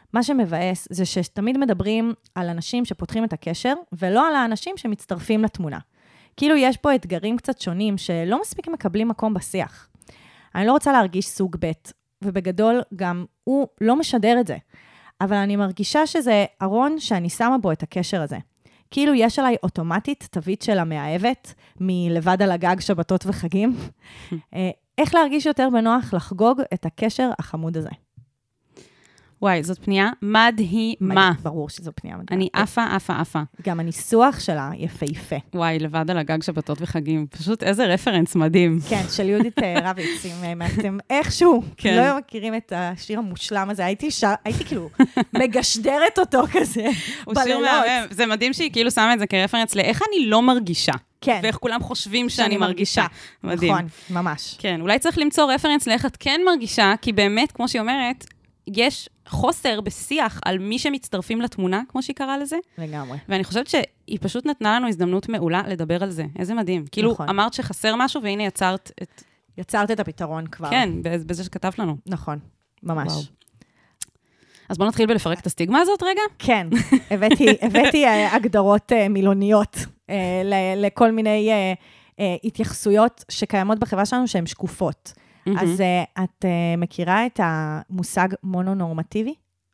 מה שמבאס זה שתמיד מדברים על אנשים שפותחים את הקשר, ולא על האנשים שמצטרפים לתמונה. כאילו יש פה אתגרים קצת שונים שלא מספיק מקבלים מקום בשיח. אני לא רוצה להרגיש סוג ב', ובגדול גם הוא לא משדר את זה. אבל אני מרגישה שזה ארון שאני שמה בו את הקשר הזה. כאילו יש עליי אוטומטית תווית של המאהבת, מלבד על הגג שבתות וחגים. איך להרגיש יותר בנוח לחגוג את הקשר החמוד הזה? וואי, זאת פנייה מדהימה. ברור שזו פנייה מדהימה. אני עפה. גם הניסוח שלה יפהפה. וואי, לבד על הגג שבתות וחגים. פשוט איזה רפרנס מדהים. כן, של יהודית רביץ, אם אתם איכשהו לא מכירים את השיר המושלם הזה, הייתי כאילו מגשדרת אותו כזה. הוא שיר מהמם. זה מדהים שהיא כאילו שמה את זה כרפרנס לאיך אני לא מרגישה. כן. ואיך כולם חושבים שאני מרגישה. מדהים. נכון, ממש. כן, אולי צריך למצוא רפרנס לאיך את כן מרגישה, כי באמת, כמו שהיא אומרת, יש חוסר בשיח על מי שמצטרפים לתמונה, כמו שהיא קראה לזה. לגמרי. ואני חושבת שהיא פשוט נתנה לנו הזדמנות מעולה לדבר על זה. איזה מדהים. כאילו, אמרת שחסר משהו, והנה יצרת את... יצרת את הפתרון כבר. כן, בזה שכתבת לנו. נכון, ממש. אז בואו נתחיל בלפרק את הסטיגמה הזאת רגע. כן, הבאתי הגדרות מילוניות לכל מיני התייחסויות שקיימות בחברה שלנו שהן שקופות. אז את מכירה את המושג מונונורמטיבי?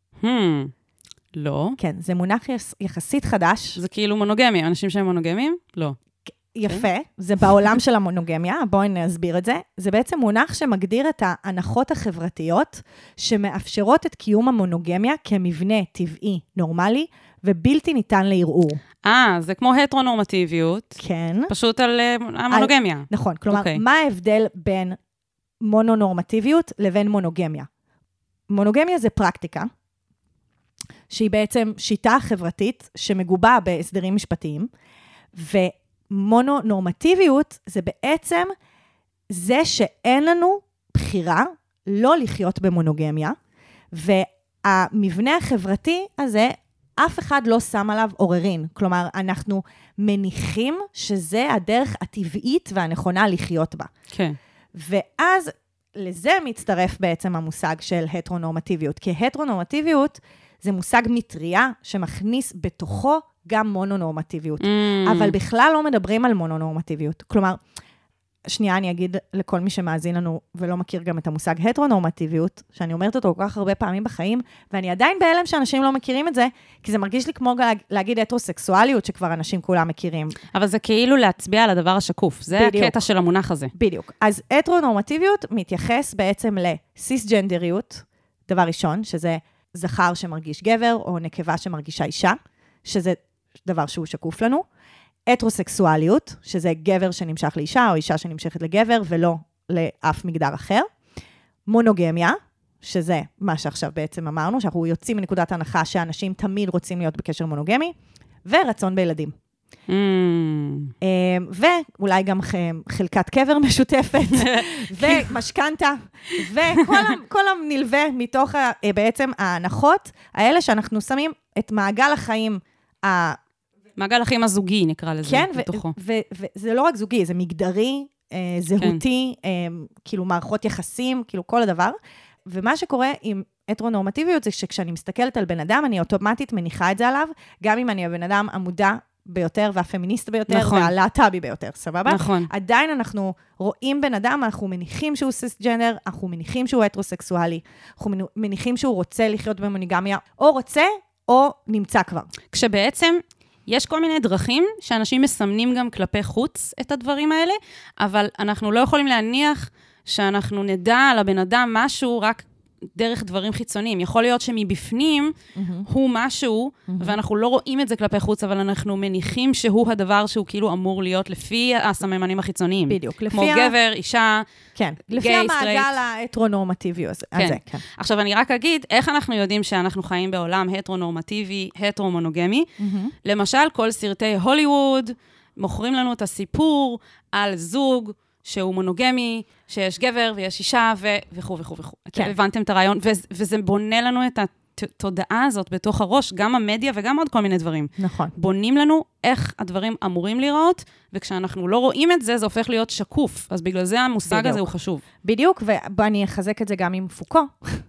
לא. כן, זה מונח יחסית חדש. זה כאילו מונוגמי, אנשים שהם מונוגמים? לא. יפה, זה בעולם של המונוגמיה, בואי נסביר את זה. זה בעצם מונח שמגדיר את ההנחות החברתיות שמאפשרות את קיום המונוגמיה כמבנה טבעי, נורמלי, ובלתי ניתן לערעור. זה כמו הטרונורמטיביות. כן. פשוט על המונוגמיה. נכון, כלומר, מה ההבדל בין מונונורמטיביות לבין מונוגמיה? מונוגמיה זה פרקטיקה, שהיא בעצם שיטה חברתית שמגובה בהסדרים משפטיים, ומונונורמטיביות זה בעצם זה שאין לנו בחירה לא לחיות במונוגמיה, והמבנה החברתי הזה, אף אחד לא שם עליו עוררין. כלומר, אנחנו מניחים שזה הדרך הטבעית והנכונה לחיות בה. כן. ואז לזה מצטרף בעצם המושג של הטרונורמטיביות, כי הטרונורמטיביות זה מושג מטריה שמכניס בתוכו גם מונונורמטיביות, אבל בכלל לא מדברים על מונונורמטיביות. כלומר, שנייה אני אגיד לכל מי שמאזין לנו ולא מכיר גם את המושג הטרונורמטיביות, שאני אומרת אותו כל כך הרבה פעמים בחיים, ואני עדיין בהלם שאנשים לא מכירים את זה, כי זה מרגיש לי כמו להגיד הטרוסקסואליות שכבר אנשים כולם מכירים. אבל זה כאילו להצביע על הדבר השקוף, זה בדיוק. הקטע של המונח הזה. בדיוק. אז הטרונורמטיביות מתייחס בעצם לסיסג'נדריות, דבר ראשון, שזה זכר שמרגיש גבר, או נקבה שמרגישה אישה, שזה דבר שהוא שקוף לנו. הטרוסקסואליות, שזה גבר שנמשך לאישה, או אישה שנמשכת לגבר, ולא לאף מגדר אחר. מונוגמיה, שזה מה שעכשיו בעצם אמרנו, שאנחנו יוצאים מנקודת הנחה שאנשים תמיד רוצים להיות בקשר מונוגמי, ורצון בילדים. ואולי גם חלקת קבר משותפת, ומשכנתה, וכל הנלווה מתוך בעצם ההנחות האלה שאנחנו שמים את מעגל החיים מעגל החיים הזוגי, נקרא לזה, כן, בתוכו. וזה לא רק זוגי, זה מגדרי, זהותי, כאילו מערכות יחסים, כאילו כל הדבר. ומה שקורה עם הטרונורמטיביות זה שכשאני מסתכלת על בן אדם, אני אוטומטית מניחה את זה עליו, גם אם אני הבן אדם המודע ביותר, והפמיניסט ביותר, נכון. והלהט"בי ביותר, סבבה? נכון. עדיין אנחנו רואים בן אדם, אנחנו מניחים שהוא סיסג'נדר, אנחנו מניחים שהוא הטרוסקסואלי, אנחנו מניחים שהוא רוצה לחיות במונוגמיה, או רוצה, או נמצא כבר. כשבעצם יש כל מיני דרכים שאנשים מסמנים גם כלפי חוץ את הדברים האלה, אבל אנחנו לא יכולים להניח שאנחנו נדע על הבן אדם משהו רק דרך דברים חיצוניים. יכול להיות שמבפנים הוא משהו, ואנחנו לא רואים את זה כלפי חוץ, אבל אנחנו מניחים שהוא הדבר שהוא כאילו אמור להיות לפי הסממנים החיצוניים. בדיוק. כמו גבר, אישה, כן, לפי המעגל ההטרונורמטיבי הזה. כן. עכשיו אני רק אגיד, איך אנחנו יודעים שאנחנו חיים בעולם הטרונורמטיבי, הטרומונוגמי? למשל, כל סרטי הוליווד מוכרים לנו את הסיפור על זוג שהוא מונוגמי, שיש גבר ויש אישה וכו' וכו' וכו'. כן. הבנתם את הרעיון, וזה בונה לנו את התודעה הזאת בתוך הראש, גם המדיה וגם עוד כל מיני דברים. נכון. בונים לנו איך הדברים אמורים להיראות, וכשאנחנו לא רואים את זה, זה הופך להיות שקוף. אז בגלל זה המושג הזה הוא חשוב. בדיוק, ואני אחזק את זה גם עם פוקו,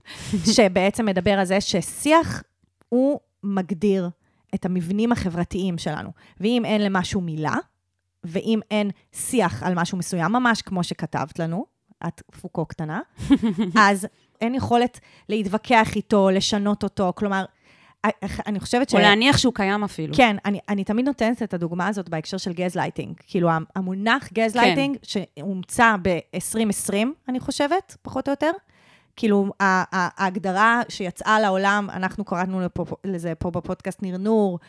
שבעצם מדבר על זה ששיח הוא מגדיר את המבנים החברתיים שלנו. ואם אין למשהו מילה, ואם אין שיח על משהו מסוים, ממש כמו שכתבת לנו, את פוקו קטנה, אז אין יכולת להתווכח איתו, לשנות אותו, כלומר, אני חושבת או להניח שהוא קיים אפילו. כן, אני תמיד נותנת את הדוגמה הזאת בהקשר של גזלייטינג. כאילו, המונח גזלייטינג, שהומצא ב-2020, אני חושבת, פחות או יותר, כאילו, ההגדרה שיצאה לעולם, אנחנו קראנו לזה פה בפודקאסט נרנור,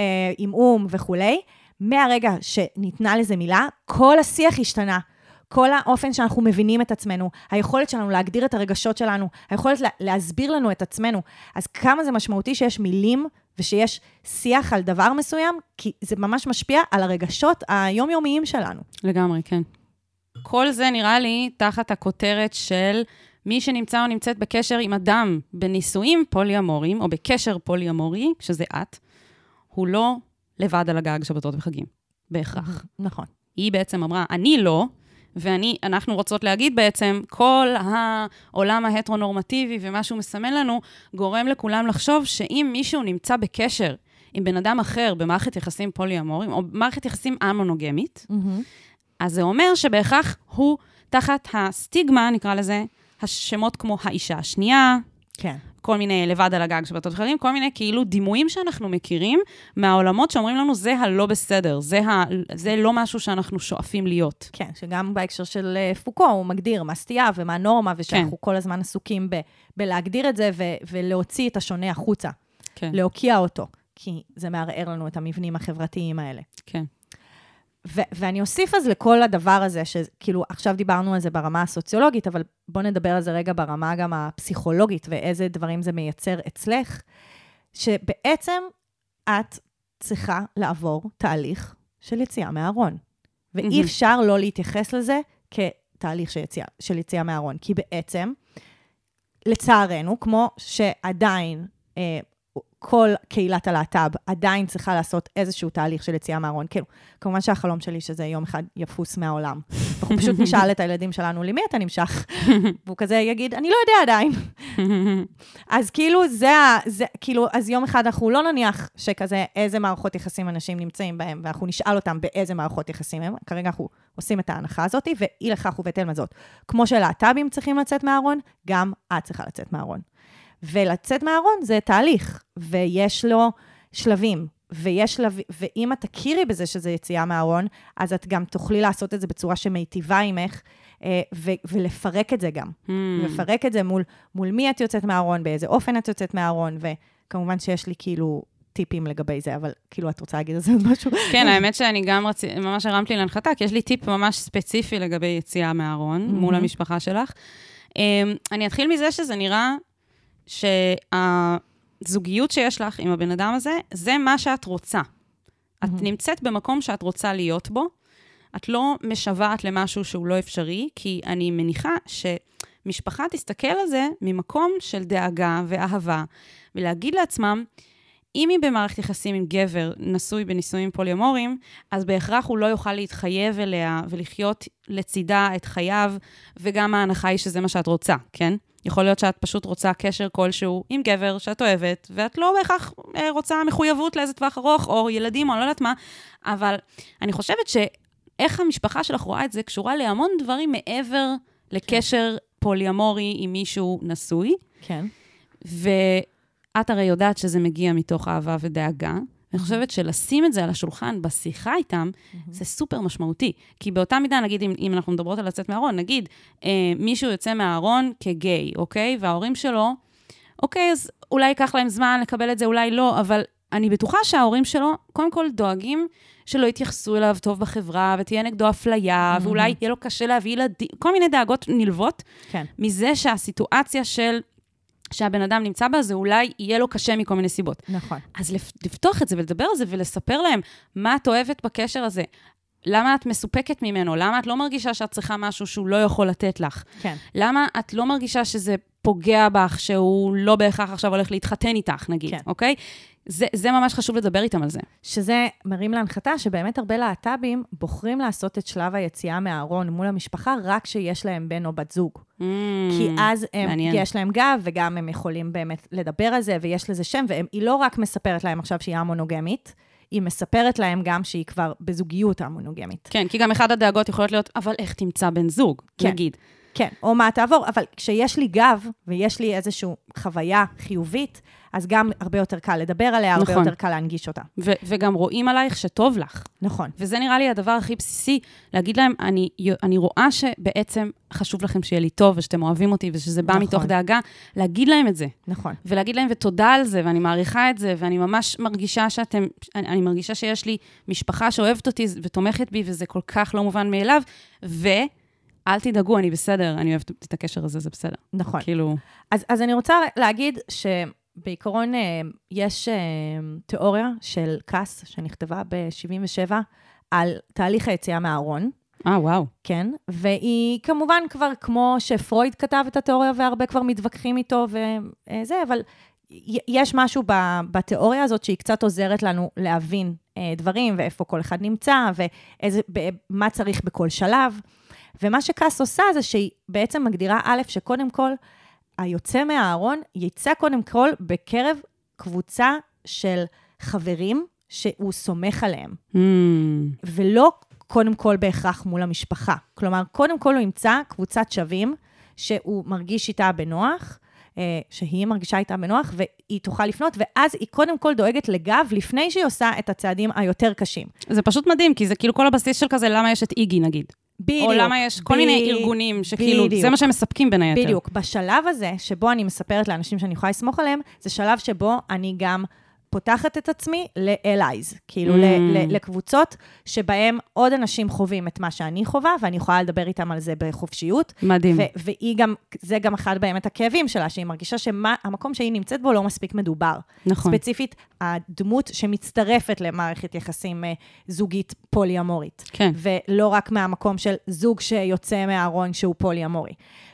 עם וכולי, מהרגע שניתנה לזה מילה, כל השיח השתנה. כל האופן שאנחנו מבינים את עצמנו, היכולת שלנו להגדיר את הרגשות שלנו, היכולת להסביר לנו את עצמנו. אז כמה זה משמעותי שיש מילים ושיש שיח על דבר מסוים, כי זה ממש משפיע על הרגשות היומיומיים שלנו. לגמרי, כן. כל זה נראה לי תחת הכותרת של מי שנמצא או נמצאת בקשר עם אדם בנישואים פוליאמוריים, או בקשר פוליאמורי, שזה את, הוא לא לבד על הגג שבתות וחגים, בהכרח. נכון. היא בעצם אמרה, אני לא, ואנחנו רוצות להגיד בעצם, כל העולם ההטרונורמטיבי ומה שהוא מסמן לנו, גורם לכולם לחשוב שאם מישהו נמצא בקשר עם בן אדם אחר במערכת יחסים פוליאמוריים, או במערכת יחסים א-מונוגמית, אז זה אומר שבהכרח הוא תחת הסטיגמה, נקרא לזה, השמות כמו האישה השנייה, כן. כל מיני לבד על הגג שבתות וחגים, כל מיני כאילו דימויים שאנחנו מכירים מהעולמות שאומרים לנו, זה הלא בסדר, זה לא משהו שאנחנו שואפים להיות. כן, שגם בהקשר של פוקו, הוא מגדיר מה סטייה ומה נורמה, ושאנחנו כל הזמן עסוקים בלהגדיר את זה, ולהוציא את השונה החוצה. כן. להוקיע אותו, כי זה מערער לנו את המבנים החברתיים האלה. כן. ואני אוסיף אז לכל הדבר הזה, שכאילו עכשיו דיברנו על זה ברמה הסוציולוגית, אבל בוא נדבר על זה רגע ברמה גם הפסיכולוגית, ואיזה דברים זה מייצר אצלך, שבעצם את צריכה לעבור תהליך של יציאה מהארון. ואי אפשר לא להתייחס לזה כתהליך של יציאה מהארון, כי בעצם, לצערנו, כמו שעדיין כל קהילת הלהט"ב עדיין צריכה לעשות איזשהו תהליך של יציאה מהארון. כאילו, כמובן שהחלום שלי שזה יום אחד יפוס מהעולם. אנחנו פשוט נשאל את הילדים שלנו, למי אתה נמשך? והוא כזה יגיד, אני לא יודע עדיין. אז כאילו, כאילו, אז יום אחד אנחנו לא נניח שכזה איזה מערכות יחסים אנשים נמצאים בהם, ואנחנו נשאל אותם באיזה מערכות יחסים הם. כרגע אנחנו עושים את ההנחה הזאת, ואי לכך ובהתאם לזאת. כמו שלהט"בים צריכים לצאת מהארון, גם את צריכה לצאת מהארון. ולצאת מהארון זה תהליך, ויש לו שלבים, ואם את תכירי בזה שזה יציאה מהארון, אז את גם תוכלי לעשות את זה בצורה שמיטיבה עמך, ולפרק את זה גם. לפרק את זה מול מי את יוצאת מהארון, באיזה אופן את יוצאת מהארון, וכמובן שיש לי כאילו טיפים לגבי זה, אבל כאילו את רוצה להגיד על זה משהו? כן, האמת שאני גם ממש הרמת לי להנחתה, כי יש לי טיפ ממש ספציפי לגבי יציאה מהארון, מול המשפחה שלך. אני אתחיל מזה שזה נראה שהזוגיות שיש לך עם הבן אדם הזה, זה מה שאת רוצה. את נמצאת במקום שאת רוצה להיות בו, את לא משוועת למשהו שהוא לא אפשרי, כי אני מניחה שמשפחה תסתכל על זה ממקום של דאגה ואהבה, ולהגיד לעצמם, אם היא במערכת יחסים עם גבר נשוי בנישואים פוליאמוריים, אז בהכרח הוא לא יוכל להתחייב אליה ולחיות לצידה את חייו, וגם ההנחה היא שזה מה שאת רוצה, כן? יכול להיות שאת פשוט רוצה קשר כלשהו עם גבר שאת אוהבת, ואת לא בהכרח רוצה מחויבות לאיזה טווח ארוך, או ילדים, או לא יודעת מה, אבל אני חושבת שאיך המשפחה שלך רואה את זה, קשורה להמון דברים מעבר לקשר פוליאמורי עם מישהו נשוי. כן. ואת הרי יודעת שזה מגיע מתוך אהבה ודאגה, אני חושבת שלשים את זה על השולחן בשיחה איתם, זה סופר משמעותי. כי באותה מידה, נגיד, אם אנחנו מדברות על לצאת מהארון, נגיד, מישהו יוצא מהארון כגיי, אוקיי? וההורים שלו, אוקיי, אז אולי ייקח להם זמן לקבל את זה, אולי לא, אבל אני בטוחה שההורים שלו, קודם כל דואגים שלא יתייחסו אליו טוב בחברה, ותהיה נגדו אפליה, ואולי יהיה לו קשה להביא ילדים, כל מיני דאגות נלוות, מזה שהסיטואציה של שהבן אדם נמצא בה, זה אולי יהיה לו קשה מכל מיני סיבות. נכון. אז לפתוח את זה ולדבר על זה ולספר להם מה את אוהבת בקשר הזה. למה את מסופקת ממנו? למה את לא מרגישה שאת צריכה משהו שהוא לא יכול לתת לך? כן. למה את לא מרגישה שזה פוגע בך, שהוא לא בהכרח עכשיו הולך להתחתן איתך, נגיד, כן. אוקיי? זה ממש חשוב לדבר איתם על זה. שזה מרים להנחתה שבאמת הרבה להט"בים בוחרים לעשות את שלב היציאה מהארון מול המשפחה, רק שיש להם בן או בת זוג. כי אז יש להם גב, וגם הם יכולים באמת לדבר על זה, ויש לזה שם, והיא לא רק מספרת להם עכשיו שהיא המונוגמית, היא מספרת להם גם שהיא כבר בזוגיות המונוגמית. כן, כי גם אחד הדאגות יכולות להיות, אבל איך תמצא בן זוג, כן. נגיד. כן, או מה תעבור, אבל כשיש לי גב, ויש לי איזושהי חוויה חיובית, אז גם הרבה יותר קל לדבר עליה, הרבה יותר קל להנגיש אותה. וגם רואים עלייך שטוב לך. נכון. וזה נראה לי הדבר הכי בסיסי, להגיד להם, אני רואה שבעצם חשוב לכם שיהיה לי טוב, ושאתם אוהבים אותי, ושזה בא מתוך דאגה, להגיד להם את זה. נכון. ולהגיד להם, ותודה על זה, ואני מעריכה את זה, ואני ממש מרגישה אני מרגישה שיש לי משפחה שאוהבת אותי, ותומכת בי, וזה כל כך לא מובן מאליו, אל תדאגו, אני בסדר, אני אוהבת את הקשר הזה, זה בסדר. נכון. כאילו... אז אני רוצה להגיד שבעיקרון יש תיאוריה של קאס, שנכתבה ב-77, על תהליך היציאה מהארון. וואו. כן, והיא כמובן כבר כמו שפרויד כתב את התיאוריה, והרבה כבר מתווכחים איתו וזה, אבל יש משהו בתיאוריה הזאת שהיא קצת עוזרת לנו להבין דברים, ואיפה כל אחד נמצא, ומה צריך בכל שלב. ומה שקאס עושה זה שהיא בעצם מגדירה שקודם כל, היוצא מהארון יצא קודם כל בקרב קבוצה של חברים שהוא סומך עליהם. ולא קודם כל בהכרח מול המשפחה. כלומר, קודם כל הוא ימצא קבוצת שווים שהוא מרגיש איתה בנוח, שהיא מרגישה איתה בנוח, והיא תוכל לפנות, ואז היא קודם כל דואגת לגב, לפני שהיא עושה את הצעדים היותר קשים. זה פשוט מדהים, כי זה כאילו כל הבסיס של כזה, למה יש את איגי נגיד. בדיוק. או למה יש כל מיני ארגונים שכאילו, זה מה שהם מספקים בין היתר. בדיוק. בשלב הזה, שבו אני מספרת לאנשים שאני יכולה לסמוך עליהם, זה שלב שבו אני גם פותחת את עצמי ל-allies, כאילו לקבוצות שבהם עוד אנשים חווים את מה שאני חווה, ואני יכולה לדבר איתם על זה בחופשיות. מדהים. זה גם אחד באמת הכאבים שלה, שהיא מרגישה שהמקום שהיא נמצאת בו לא מספיק מדובר. נכון. ספציפית, הדמות שמצטרפת למערכת יחסים זוגית פולי-אמורית. כן. ולא רק מהמקום של זוג שיוצא מהארון שהוא פולי-אמורי.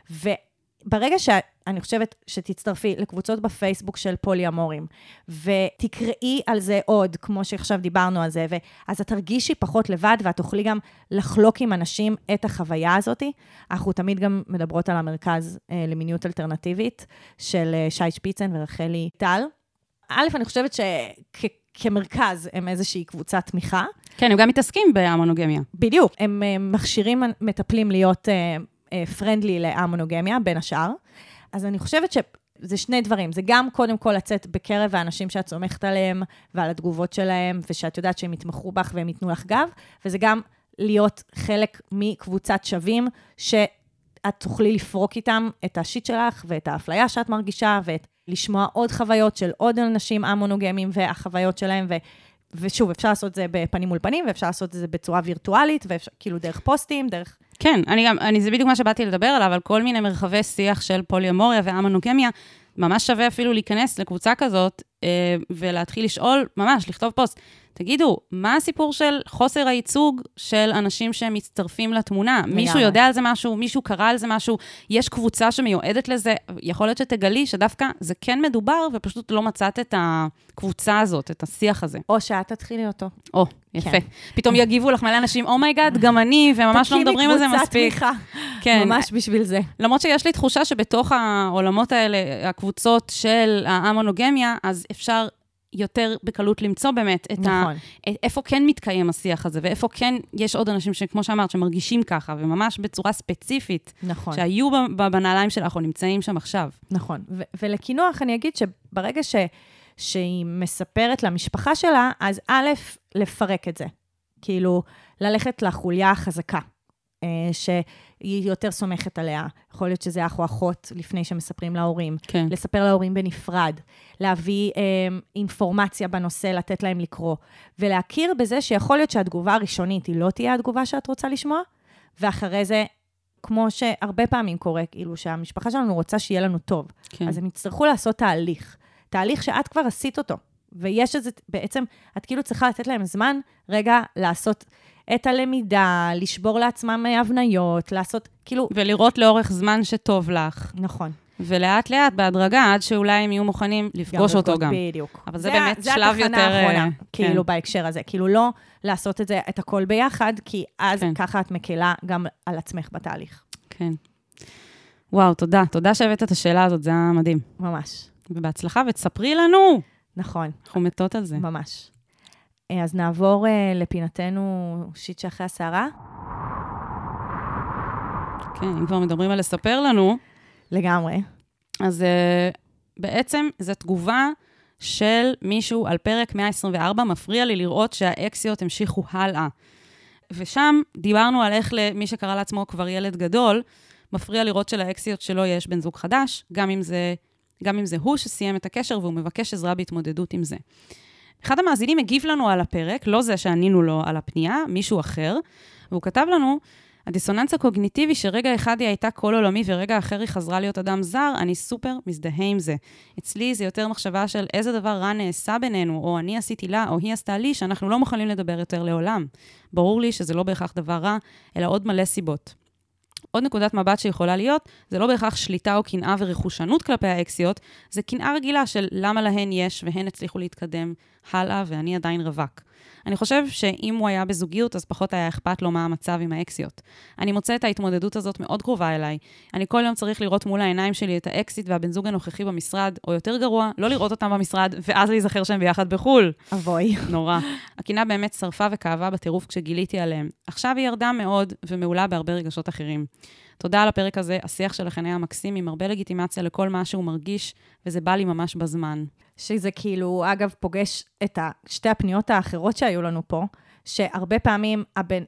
ברגע שאני חושבת שתצטרפי לקבוצות בפייסבוק של פולי-אמורים, ותקראי על זה עוד, כמו שעכשיו דיברנו על זה, אז את תרגישי פחות לבד, ואת תוכלי גם לחלוק עם אנשים את החוויה הזאת. אנחנו תמיד גם מדברות על המרכז למיניות אלטרנטיבית, של שי שפיצן ורחלי טל. אני חושבת שכמרכז הם איזושהי קבוצת תמיכה. כן, הם גם מתעסקים בהמונוגמיה. בדיוק, הם מכשירים מטפלים להיות פרנדלי להמונוגמיה, בין השאר. אז אני חושבת שזה שני דברים. זה גם קודם כל לצאת בקרב האנשים שאת סומכת עליהם, ועל התגובות שלהם, ושאת יודעת שהם יתמכו בך והם ייתנו לך גב, וזה גם להיות חלק מקבוצת שווים, שאת תוכלי לפרוק איתם את השיט שלך, ואת האפליה שאת מרגישה, ולשמוע עוד חוויות של עוד אנשים המונוגמים, והחוויות שלהם, ושוב, אפשר לעשות את זה בפנים מול פנים, ואפשר לעשות את זה בצורה וירטואלית, וכאילו דרך פוסטים, דרך... כן, זה בדיוק מה שבאתי לדבר עליו, על כל מיני מרחבי שיח של פוליאמוריה והמונוגמיה, ממש שווה אפילו להיכנס לקבוצה כזאת, ולהתחיל לשאול, ממש, לכתוב פוסט. תגידו, מה הסיפור של חוסר הייצוג של אנשים שמצטרפים לתמונה? מישהו יודע על זה משהו? מישהו קרא על זה משהו? יש קבוצה שמיועדת לזה? יכול להיות שתגלי שדווקא זה כן מדובר, ופשוט לא מצאת את הקבוצה הזאת, את השיח הזה. או שאת תתחילי אותו. או, יפה. פתאום יגיבו לך מלא אנשים, אומייגאד, גם אני, וממש לא מדברים על זה מספיק. כן. ממש בשביל זה. למרות שיש לי תחושה שבתוך העולמות האלה, הקבוצות של המונוגמיה, אז אפשר יותר בקלות למצוא באמת איפה כן מתקיים השיח הזה, ואיפה כן יש עוד אנשים שכמו שאמרת, שמרגישים ככה, וממש בצורה ספציפית, שהיו בנעליים שלך, או נמצאים שם עכשיו. נכון. ולכינוח אני אגיד שברגע שהיא מספרת למשפחה שלה, אז א', לפרק את זה. כאילו, ללכת לחוליה החזקה, שהיא יותר סומכת עליה. יכול להיות שזה אח או אחות לפני שמספרים להורים. כן. לספר להורים בנפרד. להביא אינפורמציה בנושא, לתת להם לקרוא. ולהכיר בזה שיכול להיות שהתגובה הראשונית היא לא תהיה התגובה שאת רוצה לשמוע, ואחרי זה, כמו שהרבה פעמים קורה, כאילו שהמשפחה שלנו רוצה שיהיה לנו טוב. כן. אז הם יצטרכו לעשות תהליך שאת כבר עשית אותו. ויש את זה, בעצם, את כאילו צריכה לתת להם זמן, רגע, לעשות את הלמידה, לשבור לעצמם הבניות, לעשות, כאילו... ולראות לאורך זמן שטוב לך. נכון. ולאט לאט, בהדרגה, עד שאולי הם יהיו מוכנים לפגוש אותו גם. בדיוק. אבל זה באמת שלב יותר... זה התחנה האחרונה, כאילו, בהקשר הזה. כאילו, לא לעשות את זה, את הכל ביחד, כי אז ככה את מקלה גם על עצמך בתהליך. כן. וואו, תודה. תודה שהבאת את השאלה הזאת, זה היה מדהים. ממש. ובהצלחה, ותספרי לנו. נכון. אנחנו מתות על זה. ממש. אז נעבור לפינתנו שיט שאחרי הסערה. כן, אם כבר מדברים על לספר לנו. לגמרי. אז בעצם זו תגובה של מישהו על פרק 124, מפריע לי לראות שהאקסיות המשיכו הלאה. ושם דיברנו על איך למי שקרא לעצמו כבר ילד גדול, מפריע לראות שלאקסיות שלו יש בן זוג חדש, גם אם זה הוא שסיים את הקשר והוא מבקש עזרה בהתמודדות עם זה. אחד המאזינים הגיב לנו על הפרק, לא זה שענינו לו על הפנייה, מישהו אחר, והוא כתב לנו, הדיסוננס הקוגניטיבי שרגע אחד היא הייתה כל עולמי ורגע אחר היא חזרה להיות אדם זר, אני סופר מזדהה עם זה. אצלי זה יותר מחשבה של איזה דבר רע נעשה בינינו, או אני עשיתי לה, או היא עשתה לי, שאנחנו לא מוכנים לדבר יותר לעולם. ברור לי שזה לא בהכרח דבר רע, אלא עוד מלא סיבות. עוד נקודת מבט שיכולה להיות, זה לא בהכרח שליטה או קנאה ורכושנות כלפי האקסיות, זה קנאה רגילה של למה להן יש והן הצליחו להתקדם הלאה ואני עדיין רווק. אני חושב שאם הוא היה בזוגיות, אז פחות היה אכפת לו מה המצב עם האקסיות. אני מוצא את ההתמודדות הזאת מאוד קרובה אליי. אני כל יום צריך לראות מול העיניים שלי את האקסית והבן זוג הנוכחי במשרד, או יותר גרוע, לא לראות אותם במשרד, ואז להיזכר שהם ביחד בחול. אבוי. נורא. הקנאה באמת שרפה וכאבה בטירוף כשגיליתי עליהם. עכשיו היא ירדה מאוד ומעולה בהרבה רגשות אחרים. תודה על הפרק הזה, השיח שלכן היה מקסים עם הרבה לגיטימציה לכל מה שהוא מרגיש, וזה בא לי ממש בזמן. שזה כאילו, אגב, פוגש את שתי הפניות האחרות שהיו לנו פה, שהרבה פעמים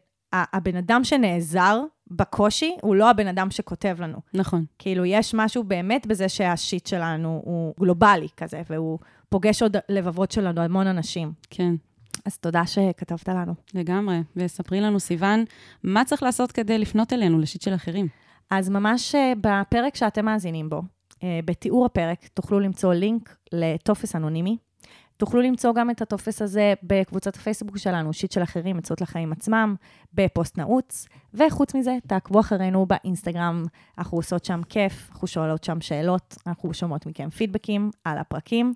הבן אדם שנעזר בקושי, הוא לא הבן אדם שכותב לנו. נכון. כאילו, יש משהו באמת בזה שהשיט שלנו הוא גלובלי כזה, והוא פוגש עוד לבבות שלנו, המון אנשים. כן. אז תודה שכתבת לנו. לגמרי, וספרי לנו, סיוון, מה צריך לעשות כדי לפנות אלינו לשיט של אחרים? אז ממש בפרק שאתם מאזינים בו, בתיאור הפרק, תוכלו למצוא לינק לטופס אנונימי. תוכלו למצוא גם את הטופס הזה בקבוצת הפייסבוק שלנו, שיט של אחרים, עצות לחיים עצמם, בפוסט נעוץ, וחוץ מזה, תעקבו אחרינו באינסטגרם, אנחנו עושות שם כיף, אנחנו שואלות שם שאלות, אנחנו שומעות מכם פידבקים על הפרקים,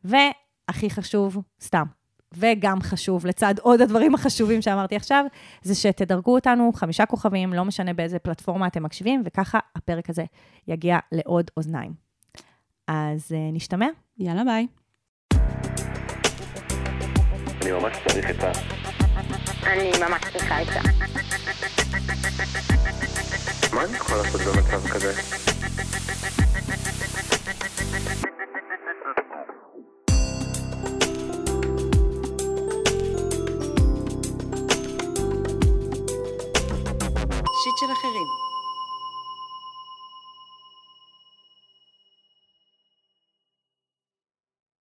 והכי חשוב, סתם. וגם חשוב, לצד עוד הדברים החשובים שאמרתי עכשיו, זה שתדרגו אותנו 5 כוכבים, לא משנה באיזה פלטפורמה אתם מקשיבים, וככה הפרק הזה יגיע לעוד אוזניים. אז נשתמע. יאללה, ביי. אני ממש צריך את ה... אני ממש צריכה את זה. מה אני יכול לעשות במצב כזה? שיט של אחרים.